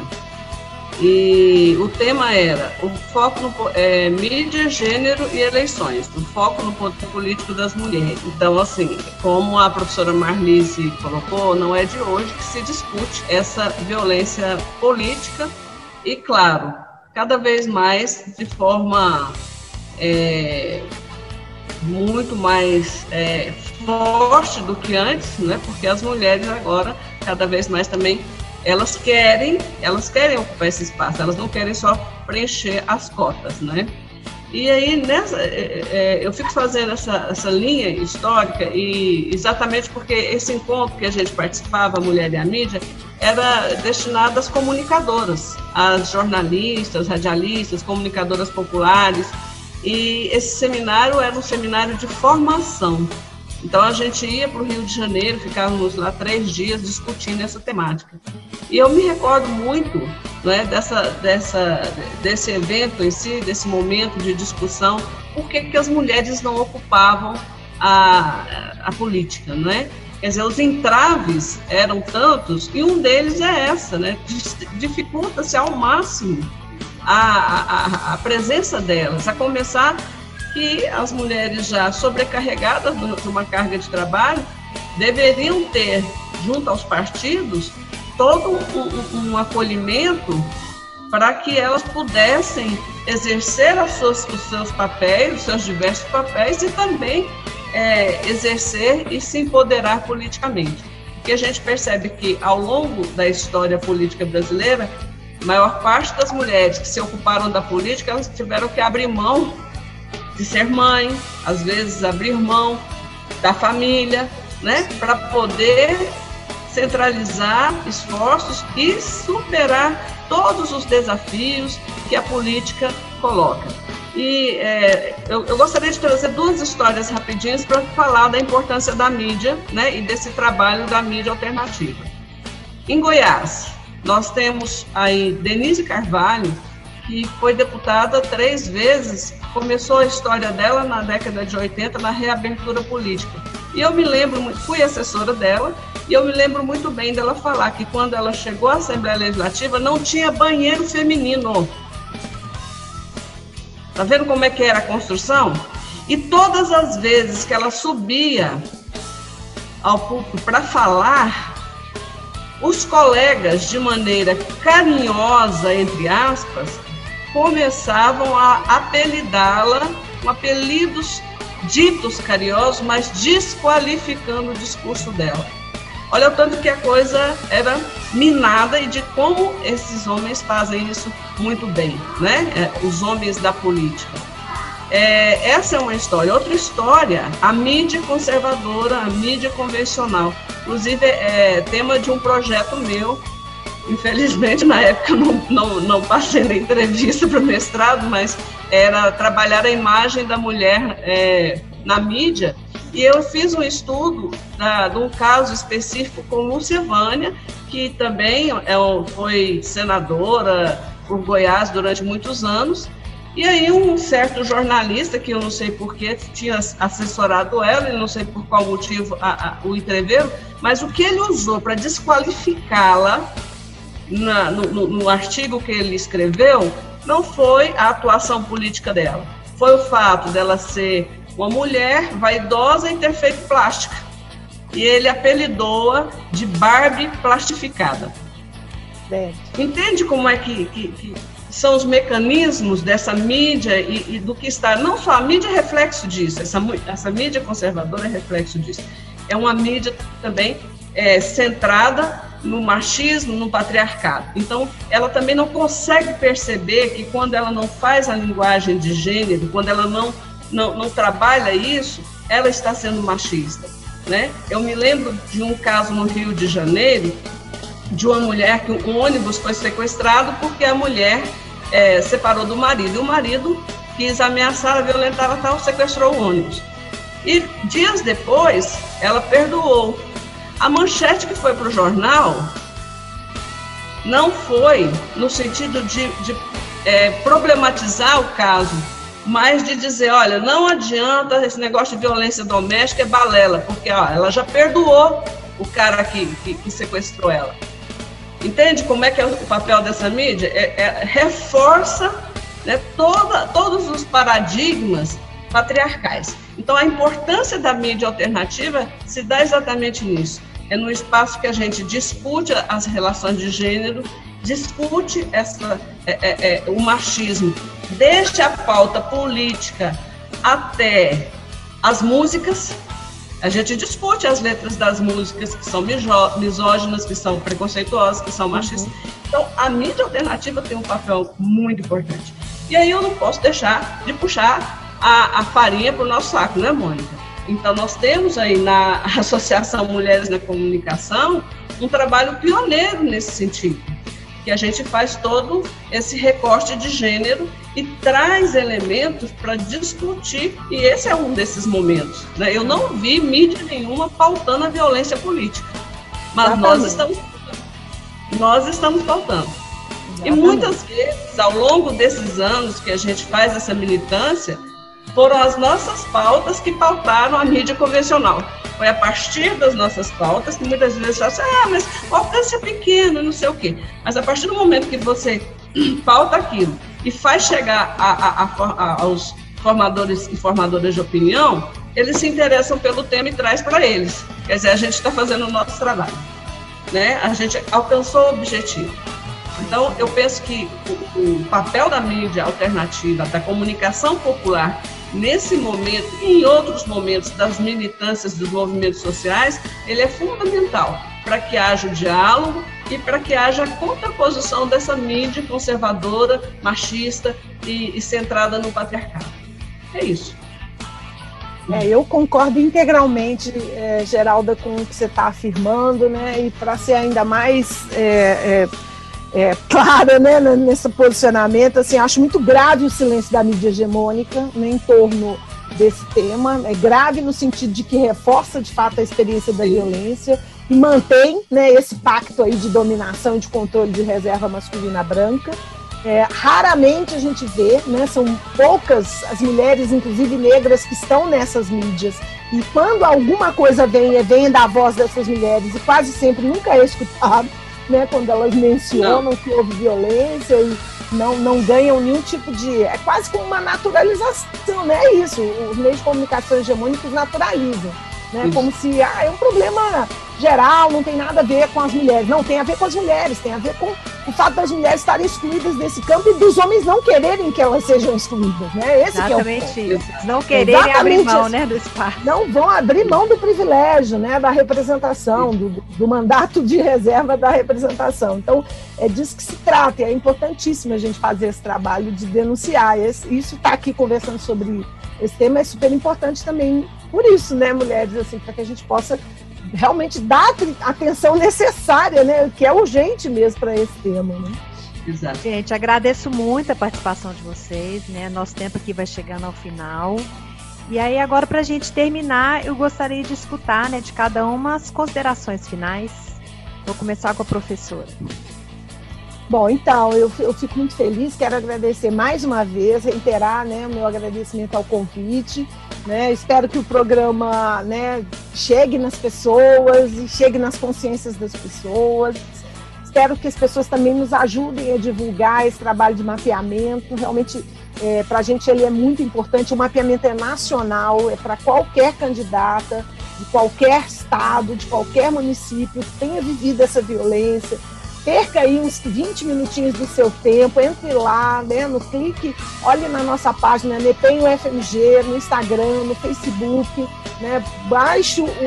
E o tema era o foco no é, mídia, gênero e eleições, o foco no poder político das mulheres. Então, assim, como a professora Marlise colocou, não é de hoje que se discute essa violência política e, claro, cada vez mais de forma é, muito mais é, forte do que antes, né? Porque as mulheres agora, cada vez mais também, elas querem, elas querem ocupar esse espaço, elas não querem só preencher as cotas, né? E aí, nessa, é, é, eu fico fazendo essa, essa linha histórica, e exatamente porque esse encontro que a gente participava, a Mulher e a Mídia, era destinado às comunicadoras, às jornalistas, radialistas, comunicadoras populares, e esse seminário era um seminário de formação. Então, a gente ia para o Rio de Janeiro, ficávamos lá três dias discutindo essa temática. E eu me recordo muito, né, dessa, dessa, desse evento em si, desse momento de discussão, por que que as mulheres não ocupavam a, a política, né? Quer dizer, os entraves eram tantos, e um deles é essa, né? Dificulta-se ao máximo a, a, a presença delas, a começar que as mulheres já sobrecarregadas de uma carga de trabalho deveriam ter, junto aos partidos, todo um, um acolhimento para que elas pudessem exercer as suas, os seus papéis, os seus diversos papéis, e também é, exercer e se empoderar politicamente. Porque a gente percebe que, ao longo da história política brasileira, a maior parte das mulheres que se ocuparam da política, elas tiveram que abrir mão de ser mãe, às vezes abrir mão da família, né, para poder centralizar esforços e superar todos os desafios que a política coloca. E é, eu, eu gostaria de trazer duas histórias rapidinhas para falar da importância da mídia, né, e desse trabalho da mídia alternativa. Em Goiás, nós temos aí Denise Carvalho, que foi deputada três vezes, começou a história dela na década de oitenta, na reabertura política. E eu me lembro, fui assessora dela, e eu me lembro muito bem dela falar que quando ela chegou à Assembleia Legislativa, não tinha banheiro feminino. Tá vendo como é que era a construção? E todas as vezes que ela subia ao púlpito para falar, os colegas, de maneira carinhosa, entre aspas, começavam a apelidá-la com apelidos ditos carinhosos, mas desqualificando o discurso dela. Olha o tanto que a coisa era minada e de como esses homens fazem isso muito bem, né? É, os homens da política. É, essa é uma história. Outra história, a mídia conservadora, a mídia convencional. Inclusive, é tema de um projeto meu. Infelizmente, na época, eu não, não, não passei na entrevista para o mestrado, mas era trabalhar a imagem da mulher é, na mídia. E eu fiz um estudo da, de um caso específico com Lúcia Vânia, que também é, foi senadora, por Goiás durante muitos anos. E aí um certo jornalista, que eu não sei porquê, tinha assessorado ela, e não sei por qual motivo a, a, o entreveram, mas o que ele usou para desqualificá-la na, no, no, no artigo que ele escreveu não foi a atuação política dela, foi o fato dela ser uma mulher vaidosa e ter feito plástica. E ele apelidou-a de Barbie plastificada. É. Entende como é que... que, que são os mecanismos dessa mídia e, e do que está... Não só a mídia é reflexo disso, essa, essa mídia conservadora é reflexo disso. É uma mídia também é, centrada no machismo, no patriarcado. Então, ela também não consegue perceber que quando ela não faz a linguagem de gênero, quando ela não, não, não trabalha isso, ela está sendo machista, né? Eu me lembro de um caso no Rio de Janeiro, de uma mulher que um ônibus foi sequestrado porque a mulher é, separou do marido, e o marido quis ameaçar, violentar, tal, sequestrou o ônibus. E dias depois, ela perdoou. A manchete que foi para o jornal não foi no sentido de, de é, problematizar o caso, mas de dizer, olha, não adianta esse negócio de violência doméstica, é balela, porque ó, ela já perdoou o cara que, que, que sequestrou ela. Entende como é que é o papel dessa mídia? É, é, reforça, né, toda, todos os paradigmas patriarcais. Então, a importância da mídia alternativa se dá exatamente nisso. É no espaço que a gente discute as relações de gênero, discute essa, é, é, é, o machismo, desde a pauta política até as músicas. A gente discute as letras das músicas que são misóginas, que são preconceituosas, que são machistas. Uhum. Então, a mídia alternativa tem um papel muito importante. E aí eu não posso deixar de puxar a, a farinha para o nosso saco, né, Mônica? Então, nós temos aí na Associação Mulheres na Comunicação um trabalho pioneiro nesse sentido, que a gente faz todo esse recorte de gênero e traz elementos para discutir, e esse é um desses momentos, né? Eu não vi mídia nenhuma pautando a violência política, mas nós estamos, nós estamos pautando. Exatamente. E muitas vezes, ao longo desses anos que a gente faz essa militância, foram as nossas pautas que pautaram a mídia convencional. Foi a partir das nossas pautas que muitas vezes você acha, ah, mas o alcance é pequeno, não sei o quê. Mas a partir do momento que você pauta aquilo e faz chegar a, a, a, a, aos formadores e formadoras de opinião, eles se interessam pelo tema e traz para eles. Quer dizer, a gente está fazendo o nosso trabalho, né? A gente alcançou o objetivo. Então, eu penso que o, o papel da mídia alternativa, da comunicação popular, nesse momento e em outros momentos das militâncias dos movimentos sociais, ele é fundamental para que haja o diálogo e para que haja a contraposição dessa mídia conservadora, machista e, e centrada no patriarcado. É isso. É, eu concordo integralmente, é, Geralda, com o que você está afirmando, né? E para ser ainda mais é, é, é, clara, né, nesse posicionamento, assim, acho muito grave o silêncio da mídia hegemônica, né, em torno desse tema. É grave no sentido de que reforça, de fato, a experiência da violência e mantém, né, esse pacto aí de dominação e de controle de reserva masculina branca. É, raramente a gente vê, né, são poucas as mulheres, inclusive negras, que estão nessas mídias, e quando alguma coisa vem, vem da voz dessas mulheres, e quase sempre nunca é escutado, né, quando elas mencionam não. que houve violência e não, não ganham nenhum tipo de... É quase como uma naturalização, né? É isso, os meios de comunicação hegemônicos naturalizam, né? Como se ah, é um problema geral, não tem nada a ver com as mulheres. Não, tem a ver com as mulheres, tem a ver com o fato das mulheres estarem excluídas desse campo e dos homens não quererem que elas sejam excluídas, né? Esse Exatamente que é o isso. Não quererem Exatamente abrir mão, isso. né, do espaço. Não vão abrir mão do privilégio, né, da representação, do, do mandato de reserva da representação. Então, é disso que se trata, e é importantíssimo a gente fazer esse trabalho de denunciar. Esse, isso está aqui conversando sobre esse tema é super importante também por isso, né, mulheres, assim, para que a gente possa realmente dar a atenção necessária, né, que é urgente mesmo para esse tema, né? Exato. Gente, agradeço muito a participação de vocês, né? Nosso tempo aqui vai chegando ao final. E aí, agora, para a gente terminar, eu gostaria de escutar, né, de cada uma as considerações finais. Vou começar com a professora. Bom, então, eu, eu fico muito feliz, quero agradecer mais uma vez, reiterar, né, o meu agradecimento ao convite, né, espero que o programa, né, chegue nas pessoas e chegue nas consciências das pessoas, espero que as pessoas também nos ajudem a divulgar esse trabalho de mapeamento, realmente, é, para a gente ele é muito importante, o mapeamento é nacional, é para qualquer candidata, de qualquer estado, de qualquer município que tenha vivido essa violência. Perca aí uns vinte minutinhos do seu tempo, entre lá, né, no clique, olhe na nossa página NEPEM U F M G, no Instagram, no Facebook, né, baixe o, o,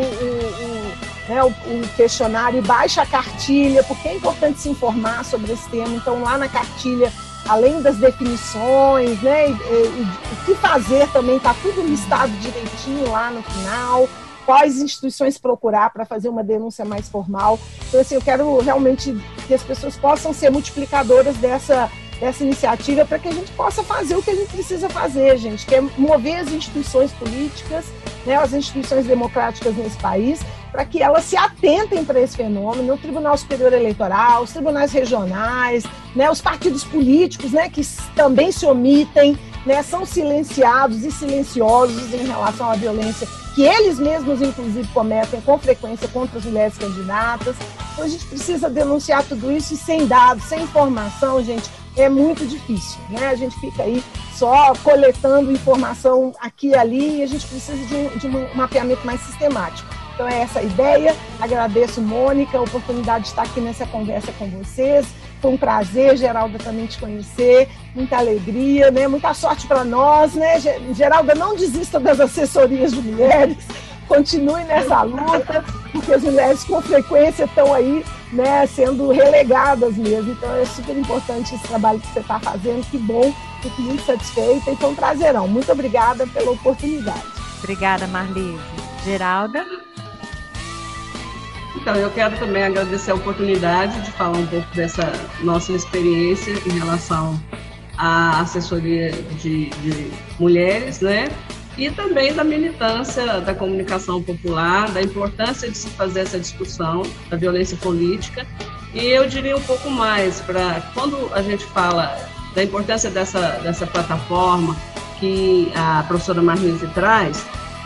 o, né, o, o questionário, baixe a cartilha, porque é importante se informar sobre esse tema. Então, lá na cartilha, além das definições, né, e, e, e o que fazer também, está tudo listado direitinho lá no final. Quais instituições procurar para fazer uma denúncia mais formal. Então, assim, eu quero realmente que as pessoas possam ser multiplicadoras dessa, dessa iniciativa para que a gente possa fazer o que a gente precisa fazer, gente, que é mover as instituições políticas, né, as instituições democráticas nesse país, para que elas se atentem para esse fenômeno, o Tribunal Superior Eleitoral, os tribunais regionais, né, os partidos políticos, né, que também se omitem, né, são silenciados e silenciosos em relação à violência que eles mesmos, inclusive, cometem com frequência contra as mulheres candidatas. Então, a gente precisa denunciar tudo isso e sem dados, sem informação, gente, é muito difícil, né? A gente fica aí só coletando informação aqui e ali e a gente precisa de um, de um mapeamento mais sistemático. Então, é essa a ideia. Agradeço, Mônica, a oportunidade de estar aqui nessa conversa com vocês. Foi um prazer, Geralda, também te conhecer, muita alegria, né? Muita sorte para nós, né? Geralda, não desista das assessorias de mulheres, continue nessa luta, porque as mulheres com frequência estão aí, né, sendo relegadas mesmo. Então é super importante esse trabalho que você está fazendo, que bom, fico muito satisfeita e foi um prazerão. Muito obrigada pela oportunidade. Obrigada, Marlise. Geralda? Então, eu quero também agradecer a oportunidade de falar um pouco dessa nossa experiência em relação à assessoria de, de mulheres, né? E também da militância da comunicação popular, da importância de se fazer essa discussão da violência política. E eu diria um pouco mais, para quando a gente fala da importância dessa, dessa plataforma que a professora Marlise traz,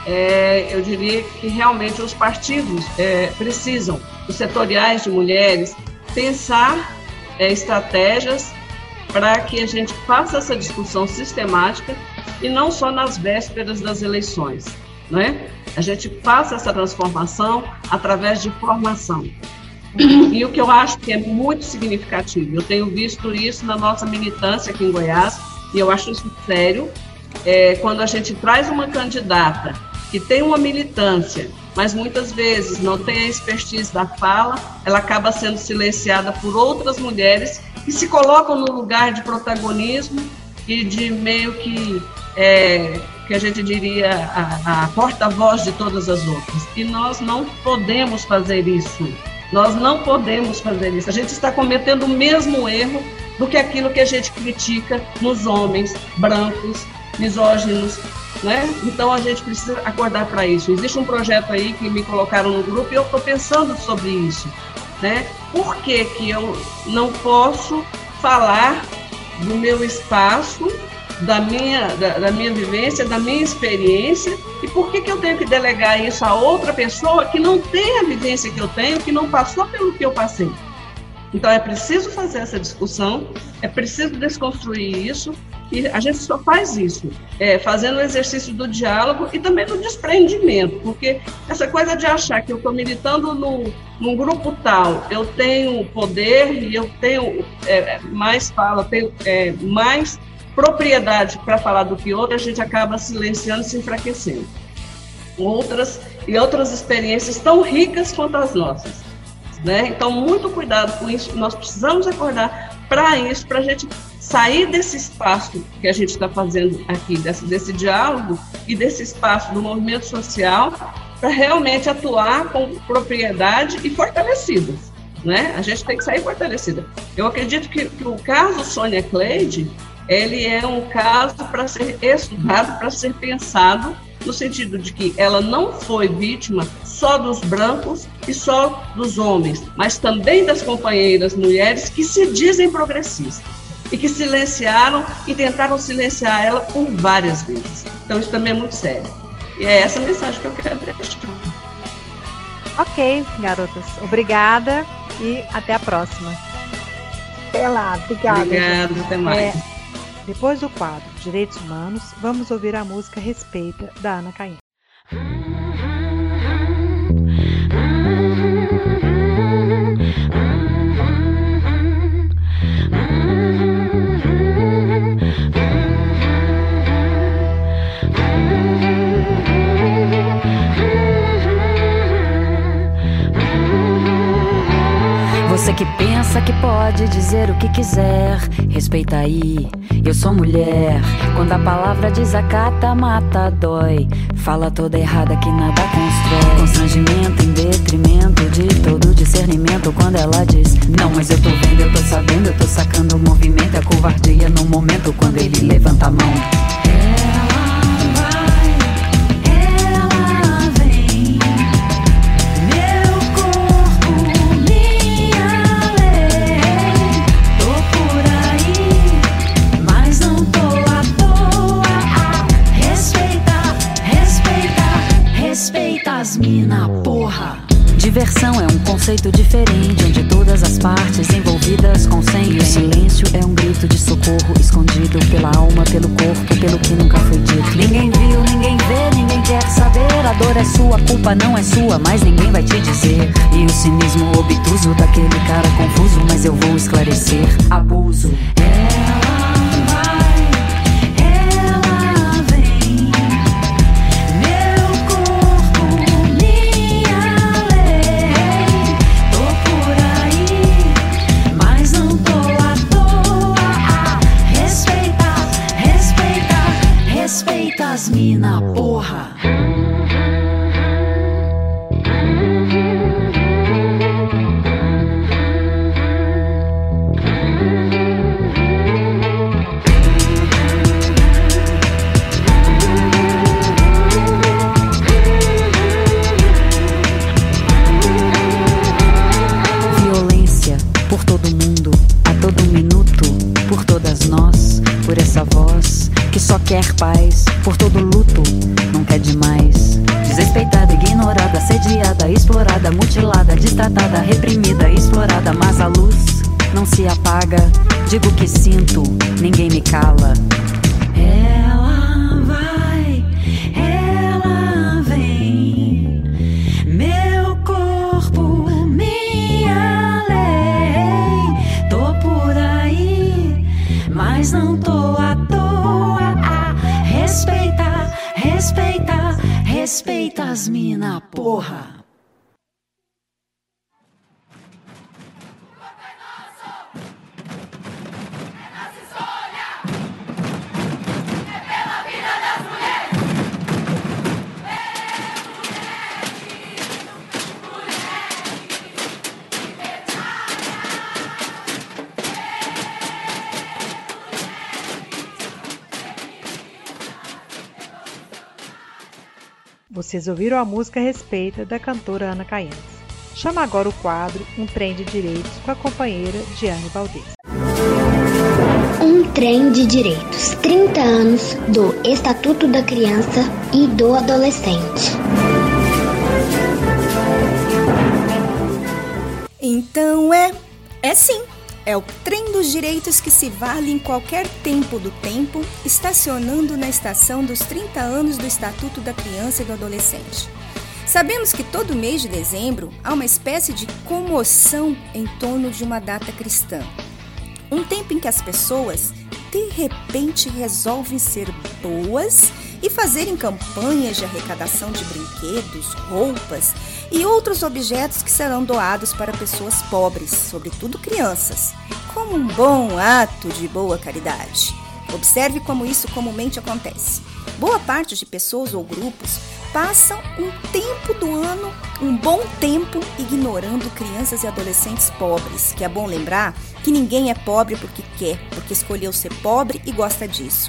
É, eu diria que realmente os partidos é, precisam, os setoriais de mulheres, pensar é, estratégias para que a gente faça essa discussão sistemática e não só nas vésperas das eleições, né? A gente faça essa transformação através de formação. E o que eu acho que é muito significativo, eu tenho visto isso na nossa militância aqui em Goiás, e eu acho isso sério, é, quando a gente traz uma candidata que tem uma militância, mas muitas vezes não tem a expertise da fala, ela acaba sendo silenciada por outras mulheres que se colocam no lugar de protagonismo e de meio que, é, que a gente diria, a, a porta-voz de todas as outras. E nós não podemos fazer isso. Nós não podemos fazer isso. A gente está cometendo o mesmo erro do que aquilo que a gente critica nos homens brancos, misóginos, né? Então a gente precisa acordar para isso. Existe um projeto aí que me colocaram no grupo e eu estou pensando sobre isso, né? Por que que eu não posso falar do meu espaço, da minha, da, da minha vivência, da minha experiência, e por que que eu tenho que delegar isso a outra pessoa que não tem a vivência que eu tenho, que não passou pelo que eu passei? Então é preciso fazer essa discussão, é preciso desconstruir isso, e a gente só faz isso, é, fazendo o exercício do diálogo e também do desprendimento, porque essa coisa de achar que eu estou militando no, num grupo tal, eu tenho poder e eu tenho é, mais fala, tenho é, mais propriedade para falar do que outra, a gente acaba silenciando e se enfraquecendo. Outras e outras experiências tão ricas quanto as nossas, né? Então, muito cuidado com isso, nós precisamos acordar para isso, para a gente sair desse espaço que a gente está fazendo aqui, desse, desse diálogo e desse espaço do movimento social, para realmente atuar com propriedade e fortalecidas, né? A gente tem que sair fortalecida. Eu acredito que, que o caso Sônia Cleide, ele é um caso para ser estudado, para ser pensado, no sentido de que ela não foi vítima só dos brancos e só dos homens, mas também das companheiras mulheres que se dizem progressistas e que silenciaram e tentaram silenciar ela por várias vezes. Então isso também é muito sério. E é essa mensagem que eu quero deixar. Ok, garotas. Obrigada e até a próxima. Até lá, obrigada. Obrigada, até mais. É, depois do quadro Direitos Humanos, vamos ouvir a música Respeita, da Ana Caim. Você que pensa que pode dizer o que quiser, respeita aí, eu sou mulher. Quando a palavra desacata, mata, dói. Fala toda errada que nada constrói. Constrangimento em detrimento de todo discernimento. Quando ela diz, não, mas eu tô vendo, eu tô sabendo, eu tô sacando o movimento. É covardia no momento quando ele levanta a mão. Mina, porra. Diversão é um conceito diferente, onde todas as partes envolvidas consentem. O silêncio é um grito de socorro, escondido pela alma, pelo corpo, pelo que nunca foi dito. Ninguém viu, ninguém vê, ninguém quer saber. A dor é sua, a culpa não é sua, mas ninguém vai te dizer. E o cinismo obtuso daquele cara confuso, mas eu vou esclarecer. Abuso. Mina, porra. Violência por todo mundo, a todo minuto, por todas nós, por essa voz que só quer paz, por todo luto, nunca é demais. Desrespeitada, ignorada, assediada, explorada, mutilada, destratada, reprimida, explorada, mas a luz não se apaga. Digo o que sinto, ninguém me cala. Ela vai, ela vem, meu corpo, minha lei. Tô por aí, mas não tô à toa. Respeita, respeita, respeita as mina, porra. Vocês ouviram a música Respeita, da cantora Ana Caymmi. Chama agora o quadro Um Trem de Direitos com a companheira Diane Valdez. Um Trem de Direitos. trinta anos do Estatuto da Criança e do Adolescente. Então é, é sim. É o trem dos direitos que se vale em qualquer tempo do tempo, estacionando na estação dos trinta anos do Estatuto da Criança e do Adolescente. Sabemos que todo mês de dezembro há uma espécie de comoção em torno de uma data cristã. Um tempo em que as pessoas, de repente, resolvem ser boas e fazerem campanhas de arrecadação de brinquedos, roupas e outros objetos que serão doados para pessoas pobres, sobretudo crianças, como um bom ato de boa caridade. Observe como isso comumente acontece. Boa parte de pessoas ou grupos passam um tempo do ano, um bom tempo, ignorando crianças e adolescentes pobres, que é bom lembrar que ninguém é pobre porque quer, porque escolheu ser pobre e gosta disso.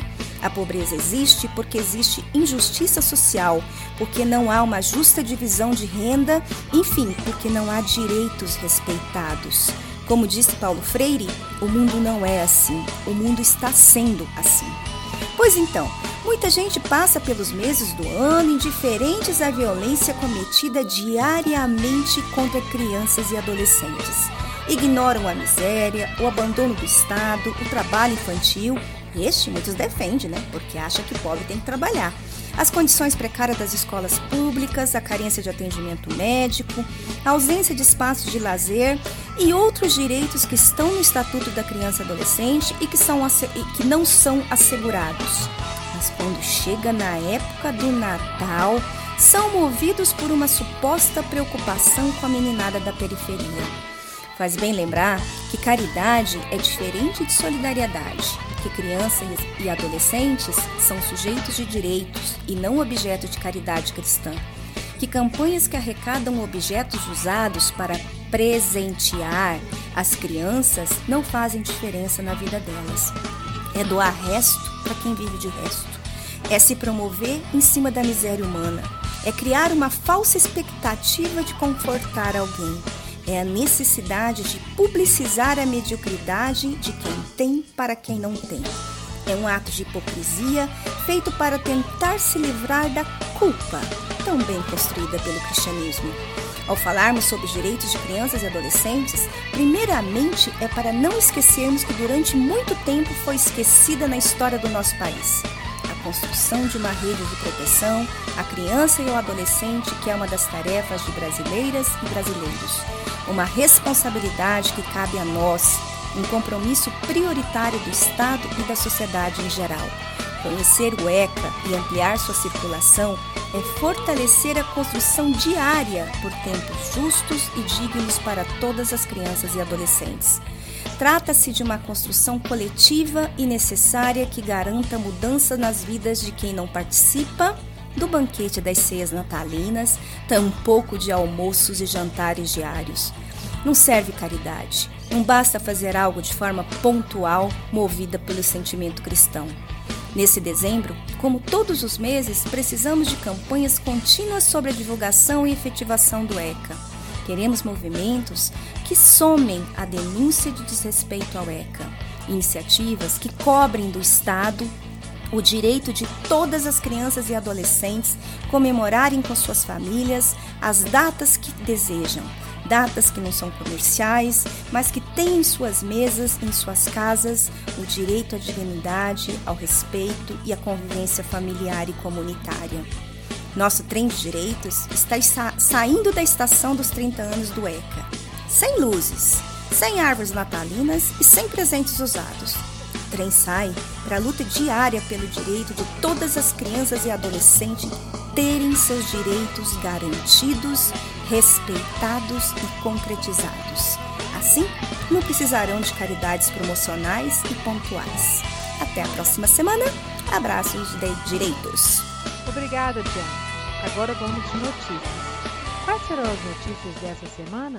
A pobreza existe porque existe injustiça social, porque não há uma justa divisão de renda, enfim, porque não há direitos respeitados. Como disse Paulo Freire, o mundo não é assim, o mundo está sendo assim. Pois então, muita gente passa pelos meses do ano indiferentes à violência cometida diariamente contra crianças e adolescentes. Ignoram a miséria, o abandono do Estado, o trabalho infantil. Este muitos defendem, né? Porque acha que pobre tem que trabalhar. As condições precárias das escolas públicas, a carência de atendimento médico, a ausência de espaços de lazer e outros direitos que estão no Estatuto da Criança e Adolescente e que, são, e que não são assegurados. Mas quando chega na época do Natal, são movidos por uma suposta preocupação com a meninada da periferia. Faz bem lembrar que caridade é diferente de solidariedade, que crianças e adolescentes são sujeitos de direitos e não objeto de caridade cristã, que campanhas que arrecadam objetos usados para presentear as crianças não fazem diferença na vida delas. É doar resto para quem vive de resto. É se promover em cima da miséria humana. É criar uma falsa expectativa de confortar alguém. É a necessidade de publicizar a mediocridade de quem tem para quem não tem. É um ato de hipocrisia feito para tentar se livrar da culpa, tão bem construída pelo cristianismo. Ao falarmos sobre os direitos de crianças e adolescentes, primeiramente é para não esquecermos que durante muito tempo foi esquecida na história do nosso país. A construção de uma rede de proteção à criança e ao adolescente, que é uma das tarefas de brasileiras e brasileiros. Uma responsabilidade que cabe a nós, um compromisso prioritário do Estado e da sociedade em geral. Conhecer o ECA e ampliar sua circulação é fortalecer a construção diária por tempos justos e dignos para todas as crianças e adolescentes. Trata-se de uma construção coletiva e necessária que garanta mudança nas vidas de quem não participa do banquete das ceias natalinas, tampouco de almoços e jantares diários. Não serve caridade, não basta fazer algo de forma pontual, movida pelo sentimento cristão. Nesse dezembro, como todos os meses, precisamos de campanhas contínuas sobre a divulgação e efetivação do ECA. Queremos movimentos que somem a denúncia de desrespeito ao ECA, iniciativas que cobrem do Estado o direito de todas as crianças e adolescentes comemorarem com suas famílias as datas que desejam, datas que não são comerciais, mas que têm em suas mesas, em suas casas, o direito à dignidade, ao respeito e à convivência familiar e comunitária. Nosso trem de direitos está sa- saindo da estação dos trinta anos do ECA, sem luzes, sem árvores natalinas e sem presentes usados. O trem sai para a luta diária pelo direito de todas as crianças e adolescentes terem seus direitos garantidos, respeitados e concretizados. Assim, não precisarão de caridades promocionais e pontuais. Até a próxima semana. Abraços de direitos. Obrigada, Diana. Agora vamos de notícias. Quais serão as notícias dessa semana?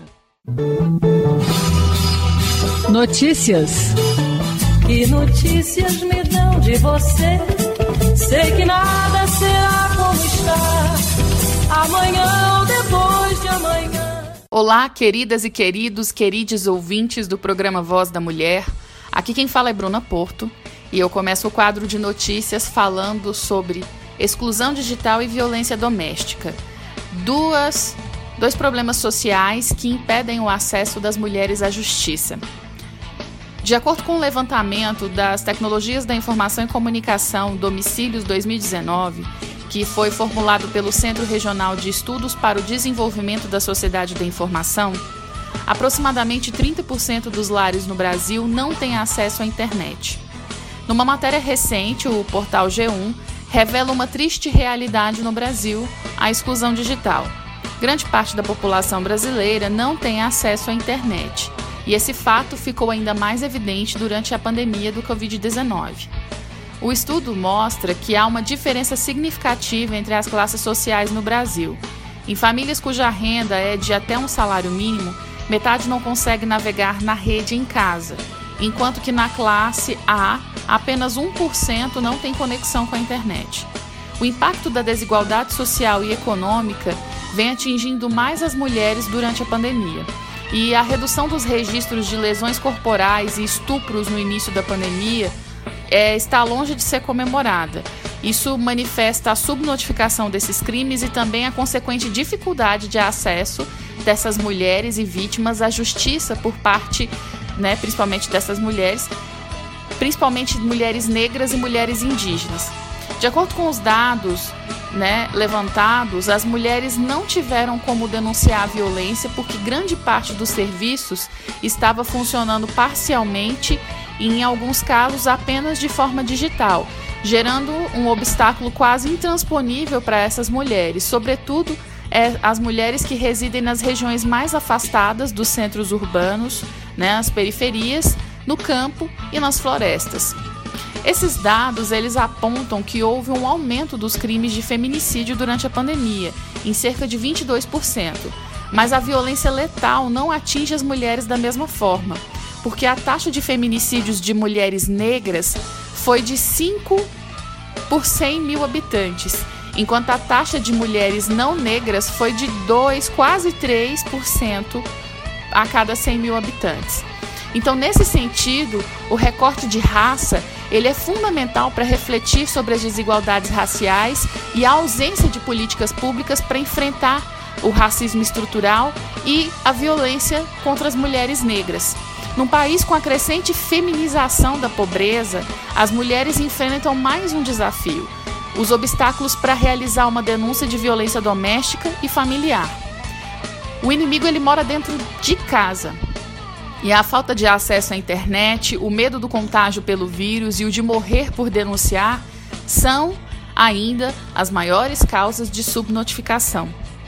Notícias. Que notícias me dão de você? Sei que nada será como está amanhã ou depois de amanhã. Olá, queridas e queridos, queridos ouvintes do programa Voz da Mulher. Aqui quem fala é Bruna Porto e eu começo o quadro de notícias falando sobre exclusão digital e violência doméstica. Duas, dois problemas sociais que impedem o acesso das mulheres à justiça. De acordo com o levantamento das Tecnologias da Informação e Comunicação Domicílios dois mil e dezenove, que foi formulado pelo Centro Regional de Estudos para o Desenvolvimento da Sociedade da Informação, aproximadamente trinta por cento dos lares no Brasil não têm acesso à internet. Numa matéria recente, o portal G um revela uma triste realidade no Brasil, a exclusão digital. Grande parte da população brasileira não tem acesso à internet. E esse fato ficou ainda mais evidente durante a pandemia do covid dezenove. O estudo mostra que há uma diferença significativa entre as classes sociais no Brasil. Em famílias cuja renda é de até um salário mínimo, metade não consegue navegar na rede em casa. enquanto que na classe A, apenas um por cento não tem conexão com a internet. O impacto da desigualdade social e econômica vem atingindo mais as mulheres durante a pandemia. E a redução dos registros de lesões corporais e estupros no início da pandemia é, está longe de ser comemorada. Isso manifesta a subnotificação desses crimes e também a consequente dificuldade de acesso dessas mulheres e vítimas à justiça por parte, né, principalmente dessas mulheres, principalmente mulheres negras e mulheres indígenas. De acordo com os dados, né, levantados, as mulheres não tiveram como denunciar a violência porque grande parte dos serviços estava funcionando parcialmente e, em alguns casos, apenas de forma digital, gerando um obstáculo quase intransponível para essas mulheres, sobretudo é, as mulheres que residem nas regiões mais afastadas dos centros urbanos, né, as periferias, no campo e nas florestas. Esses dados, eles apontam que houve um aumento dos crimes de feminicídio durante a pandemia, em cerca de vinte e dois por cento. Mas a violência letal não atinge as mulheres da mesma forma, porque a taxa de feminicídios de mulheres negras foi de cinco por cem mil habitantes, enquanto a taxa de mulheres não negras foi de dois, quase três por cento a cada cem mil habitantes. Então, nesse sentido, o recorte de raça ele é fundamental para refletir sobre as desigualdades raciais e a ausência de políticas públicas para enfrentar o racismo estrutural e a violência contra as mulheres negras. Num país com a crescente feminização da pobreza, as mulheres enfrentam mais um desafio: os obstáculos para realizar uma denúncia de violência doméstica e familiar. O inimigo ele mora dentro de casa. E a falta de acesso à internet, o medo do contágio pelo vírus e o de morrer por denunciar são ainda as maiores causas de subnotificação.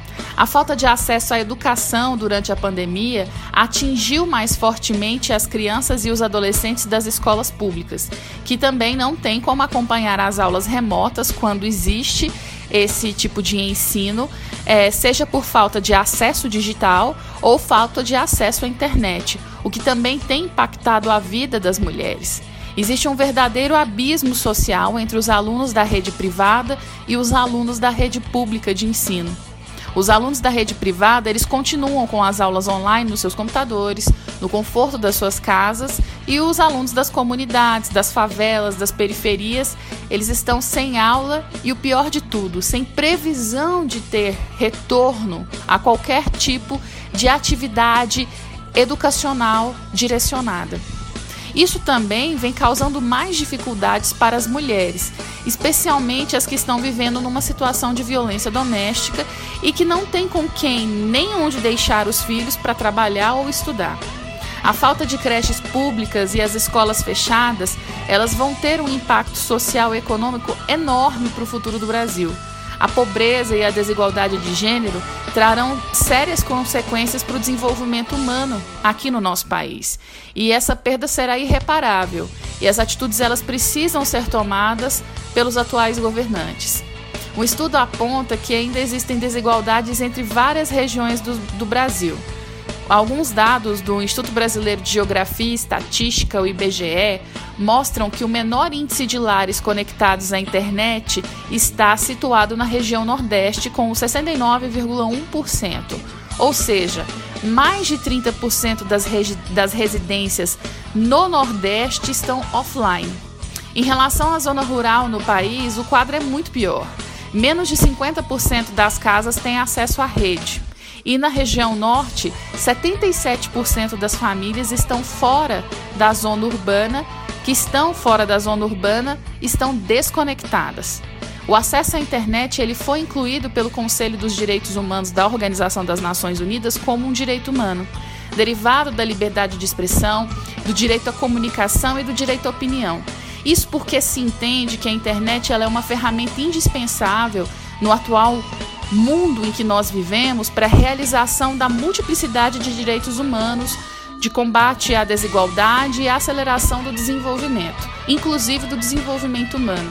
A falta de acesso à educação durante a pandemia atingiu mais fortemente as crianças e os adolescentes das escolas públicas, que também não têm como acompanhar as aulas remotas quando existe esse tipo de ensino, é, seja por falta de acesso digital ou falta de acesso à internet, o que também tem impactado a vida das mulheres. Existe um verdadeiro abismo social entre os alunos da rede privada e os alunos da rede pública de ensino. Os alunos da rede privada, eles continuam com as aulas online nos seus computadores, no conforto das suas casas, e os alunos das comunidades, das favelas, das periferias, eles estão sem aula e, o pior de tudo, sem previsão de ter retorno a qualquer tipo de atividade educacional direcionada. Isso também vem causando mais dificuldades para as mulheres, especialmente as que estão vivendo numa situação de violência doméstica e que não tem com quem nem onde deixar os filhos para trabalhar ou estudar. A falta de creches públicas e as escolas fechadas, elas vão ter um impacto social e econômico enorme para o futuro do Brasil. A pobreza e a desigualdade de gênero trarão sérias consequências para o desenvolvimento humano aqui no nosso país. E essa perda será irreparável. E as atitudes elas precisam ser tomadas pelos atuais governantes. Um estudo aponta que ainda existem desigualdades entre várias regiões do, do Brasil. Alguns dados do Instituto Brasileiro de Geografia e Estatística, o I B G E, mostram que o menor índice de lares conectados à internet está situado na região Nordeste, com sessenta e nove vírgula um por cento. Ou seja, mais de trinta por cento das, regi- das residências no Nordeste estão offline. Em relação à zona rural no país, o quadro é muito pior. Menos de cinquenta por cento das casas têm acesso à rede. E na região norte, setenta e sete por cento das famílias estão fora da zona urbana, que estão fora da zona urbana, estão desconectadas. O acesso à internet ele foi incluído pelo Conselho dos Direitos Humanos da Organização das Nações Unidas como um direito humano, derivado da liberdade de expressão, do direito à comunicação e do direito à opinião. Isso porque se entende que a internet ela é uma ferramenta indispensável no atual mundo em que nós vivemos para a realização da multiplicidade de direitos humanos, de combate à desigualdade e à aceleração do desenvolvimento, inclusive do desenvolvimento humano.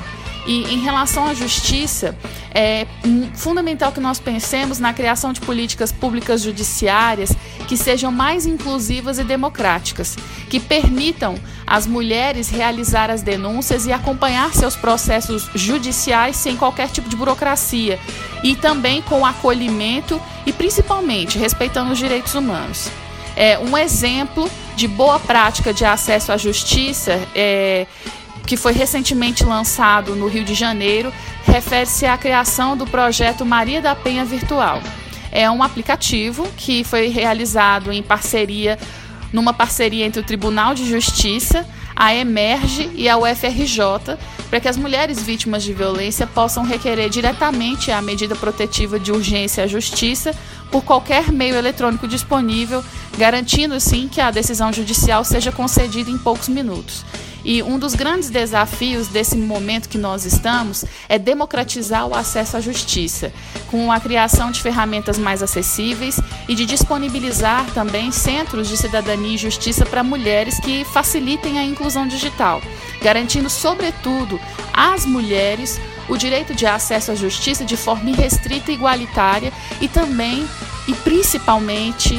E em relação à justiça, é fundamental que nós pensemos na criação de políticas públicas judiciárias que sejam mais inclusivas e democráticas, que permitam às mulheres realizar as denúncias e acompanhar seus processos judiciais sem qualquer tipo de burocracia, e também com acolhimento e principalmente respeitando os direitos humanos. É, um exemplo de boa prática de acesso à justiça é, que foi recentemente lançado no Rio de Janeiro, refere-se à criação do projeto Maria da Penha Virtual. É um aplicativo que foi realizado em parceria, numa parceria entre o Tribunal de Justiça, a Emerge e a U F R J, para que as mulheres vítimas de violência possam requerer diretamente a medida protetiva de urgência à justiça por qualquer meio eletrônico disponível, garantindo, assim, que a decisão judicial seja concedida em poucos minutos. E um dos grandes desafios desse momento que nós estamos é democratizar o acesso à justiça, com a criação de ferramentas mais acessíveis e de disponibilizar também centros de cidadania e justiça para mulheres que facilitem a inclusão digital, garantindo, sobretudo, às mulheres o direito de acesso à justiça de forma irrestrita e igualitária e também, e principalmente,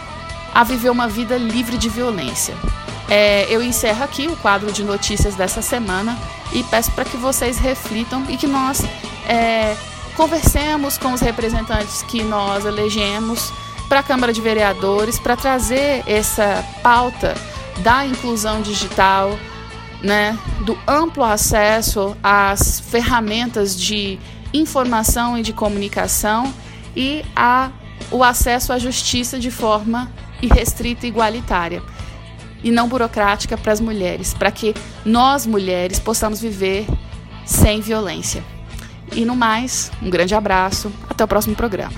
a viver uma vida livre de violência. É, eu encerro aqui o quadro de notícias dessa semana e peço para que vocês reflitam e que nós é, conversemos com os representantes que nós elegemos para a Câmara de Vereadores para trazer essa pauta da inclusão digital, né, do amplo acesso às ferramentas de informação e de comunicação e a, o acesso à justiça de forma irrestrita e igualitária e não burocrática para as mulheres, para que nós, mulheres, possamos viver sem violência. E no mais, um grande abraço, até o próximo programa.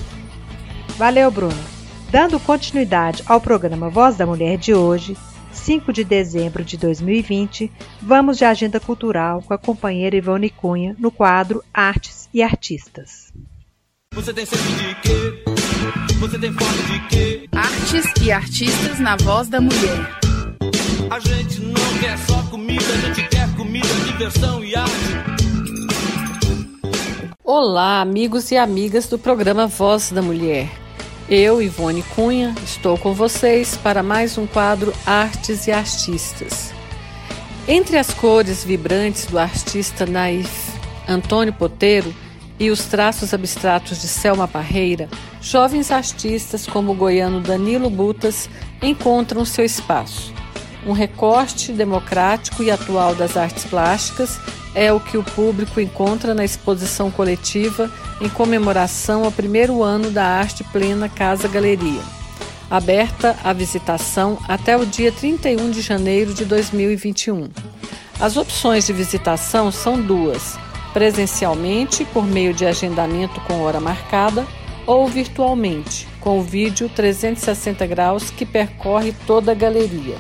Valeu, Bruno. Dando continuidade ao programa Voz da Mulher de hoje, cinco de dezembro de dois mil e vinte, vamos de agenda cultural com a companheira Ivone Cunha no quadro Artes e Artistas. Você tem sede de quê? Você tem fome de quê? Artes e artistas na Voz da Mulher. A gente não quer só comida, a gente quer comida, diversão e arte. Olá, amigos e amigas do programa Voz da Mulher. Eu, Ivone Cunha, estou com vocês para mais um quadro Artes e Artistas. Entre as cores vibrantes do artista naif Antônio Poteiro e os traços abstratos de Selma Parreira, jovens artistas como o goiano Danilo Butas encontram seu espaço. Um recorte democrático e atual das artes plásticas é o que o público encontra na exposição coletiva em comemoração ao primeiro ano da Arte Plena Casa Galeria, aberta à visitação até o dia trinta e um de janeiro de dois mil e vinte e um. As opções de visitação são duas: presencialmente, por meio de agendamento com hora marcada, ou virtualmente, com o vídeo trezentos e sessenta graus que percorre toda a galeria.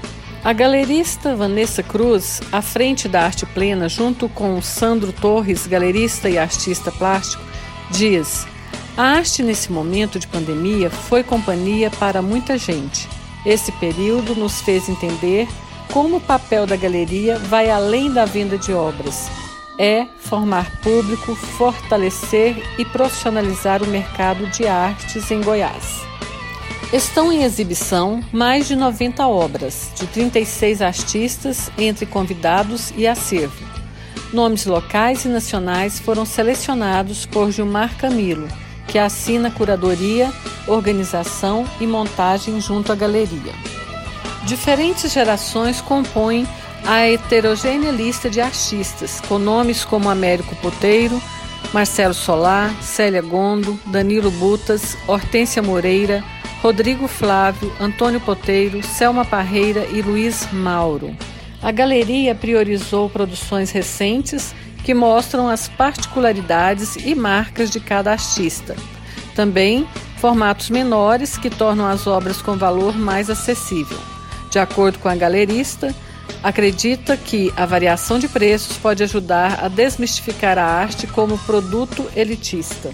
A galerista Vanessa Cruz, à frente da Arte Plena, junto com Sandro Torres, galerista e artista plástico, diz: a arte nesse momento de pandemia foi companhia para muita gente. Esse período nos fez entender como o papel da galeria vai além da venda de obras. É formar público, fortalecer e profissionalizar o mercado de artes em Goiás. Estão em exibição mais de noventa obras, de trinta e seis artistas, entre convidados e acervo. Nomes locais e nacionais foram selecionados por Gilmar Camilo, que assina curadoria, organização e montagem junto à galeria. Diferentes gerações compõem a heterogênea lista de artistas, com nomes como Américo Poteiro, Marcelo Solar, Célia Gondo, Danilo Butas, Hortência Moreira, Rodrigo Flávio, Antônio Poteiro, Selma Parreira e Luiz Mauro. A galeria priorizou produções recentes que mostram as particularidades e marcas de cada artista. Também formatos menores que tornam as obras com valor mais acessível. De acordo com a galerista, acredita que a variação de preços pode ajudar a desmistificar a arte como produto elitista.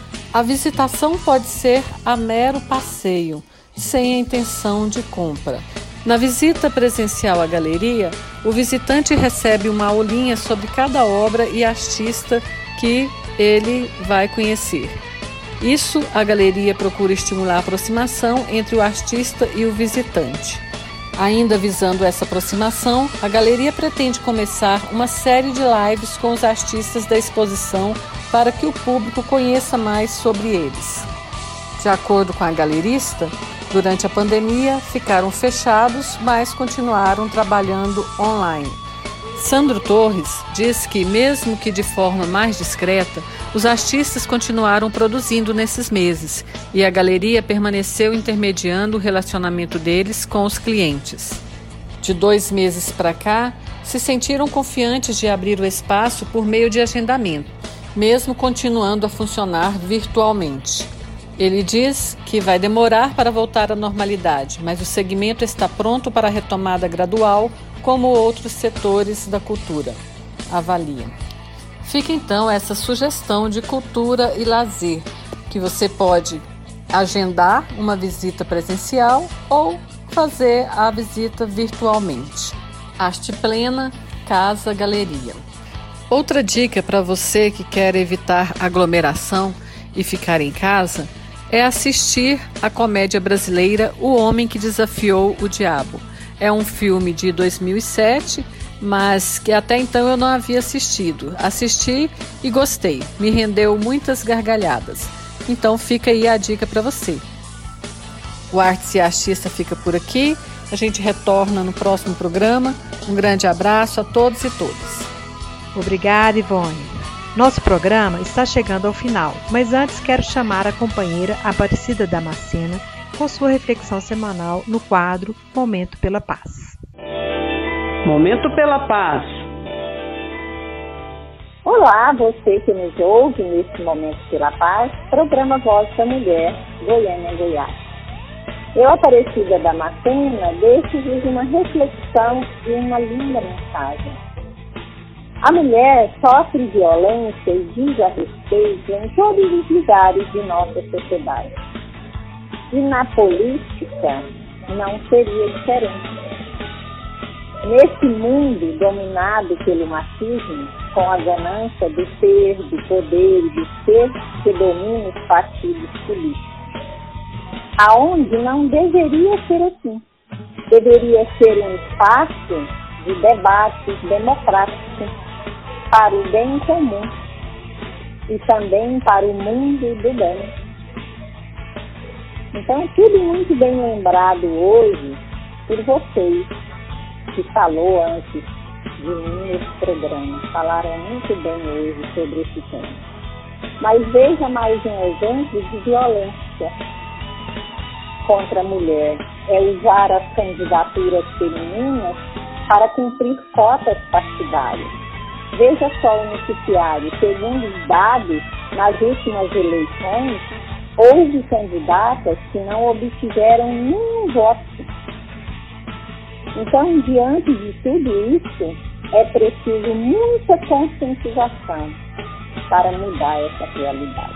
A visitação pode ser a mero passeio, sem a intenção de compra. Na visita presencial à galeria, o visitante recebe uma aulinha sobre cada obra e artista que ele vai conhecer. Isso, a galeria procura estimular a aproximação entre o artista e o visitante. Ainda visando essa aproximação, a galeria pretende começar uma série de lives com os artistas da exposição para que o público conheça mais sobre eles. De acordo com a galerista, durante a pandemia ficaram fechados, mas continuaram trabalhando online. Sandro Torres diz que, mesmo que de forma mais discreta, os artistas continuaram produzindo nesses meses e a galeria permaneceu intermediando o relacionamento deles com os clientes. De dois meses para cá, se sentiram confiantes de abrir o espaço por meio de agendamento, mesmo continuando a funcionar virtualmente. Ele diz que vai demorar para voltar à normalidade, mas o segmento está pronto para a retomada gradual, como outros setores da cultura, avalia. Fica então essa sugestão de cultura e lazer, que você pode agendar uma visita presencial ou fazer a visita virtualmente. Arte Plena, Casa Galeria. Outra dica para você que quer evitar aglomeração e ficar em casa é assistir a comédia brasileira O Homem que Desafiou o Diabo. É um filme de dois mil e sete, mas que até então eu não havia assistido. Assisti e gostei, me rendeu muitas gargalhadas. Então fica aí a dica para você. O Artes e Artista fica por aqui, a gente retorna no próximo programa. Um grande abraço a todos e todas. Obrigada, Ivone. Nosso programa está chegando ao final, mas antes quero chamar a companheira Aparecida Damascena com sua reflexão semanal no quadro Momento pela Paz. Momento pela Paz. Olá, você que nos ouve nesse Momento pela Paz, programa Voz da Mulher, Goiânia, Goiás. Eu, Aparecida Damascena, deixo-vos uma reflexão e uma linda mensagem. A mulher sofre violência e diz a respeito em todos os lugares de nossa sociedade. E na política não seria diferente. Nesse mundo dominado pelo machismo, com a ganância do ter, do poder e do ser que domina os partidos políticos, aonde não deveria ser assim. Deveria ser um espaço de debates democráticos para o bem comum e também para o mundo do bem. Então, tudo muito bem lembrado hoje por vocês, que falou antes de mim nesse programa. Falaram muito bem hoje sobre esse tema. Mas veja mais um exemplo de violência contra a mulher. É usar as candidaturas femininas para cumprir cotas partidárias. Veja só o noticiário. Segundo os dados, nas últimas eleições, houve candidatas que não obtiveram nenhum voto. Então, diante de tudo isso, é preciso muita conscientização para mudar essa realidade.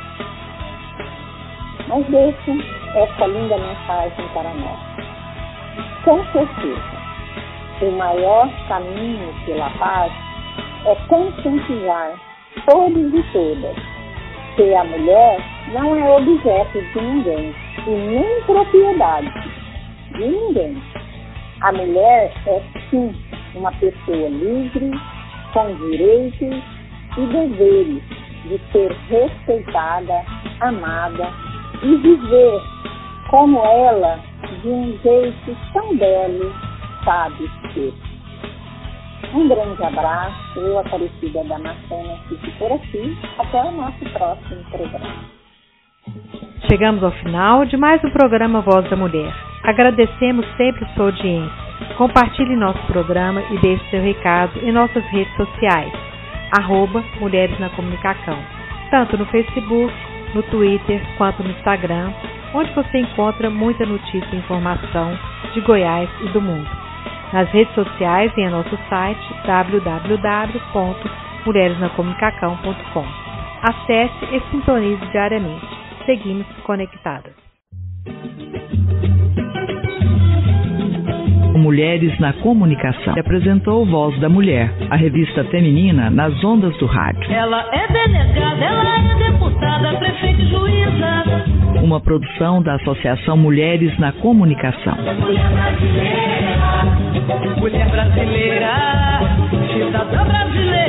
Mas deixo essa linda mensagem para nós. Com certeza, o maior caminho pela paz é conscientizar todos e todas que a mulher não é objeto de ninguém e nem propriedade de ninguém. A mulher é sim uma pessoa livre, com direitos e deveres de ser respeitada, amada e viver como ela, de um jeito tão belo, sabe ser. Um grande abraço, eu, Aparecida Damascena, fico por aqui. Até o nosso próximo programa. Chegamos ao final de mais um programa Voz da Mulher. Agradecemos sempre sua audiência. Compartilhe nosso programa e deixe seu recado em nossas redes sociais, arroba Mulheres na Comunicação, tanto no Facebook, no Twitter quanto no Instagram, onde você encontra muita notícia e informação de Goiás e do mundo. Nas redes sociais e em nosso site w w w ponto mulheres na comunicação ponto com. Acesse e sintonize diariamente. Seguimos conectadas. Mulheres na Comunicação. E apresentou Voz da Mulher, a revista feminina nas ondas do rádio. Ela é delegada, ela é deputada, prefeita e juíza. Uma produção da Associação Mulheres na Comunicação. Mulher brasileira, mulher brasileira, cidadã brasileira.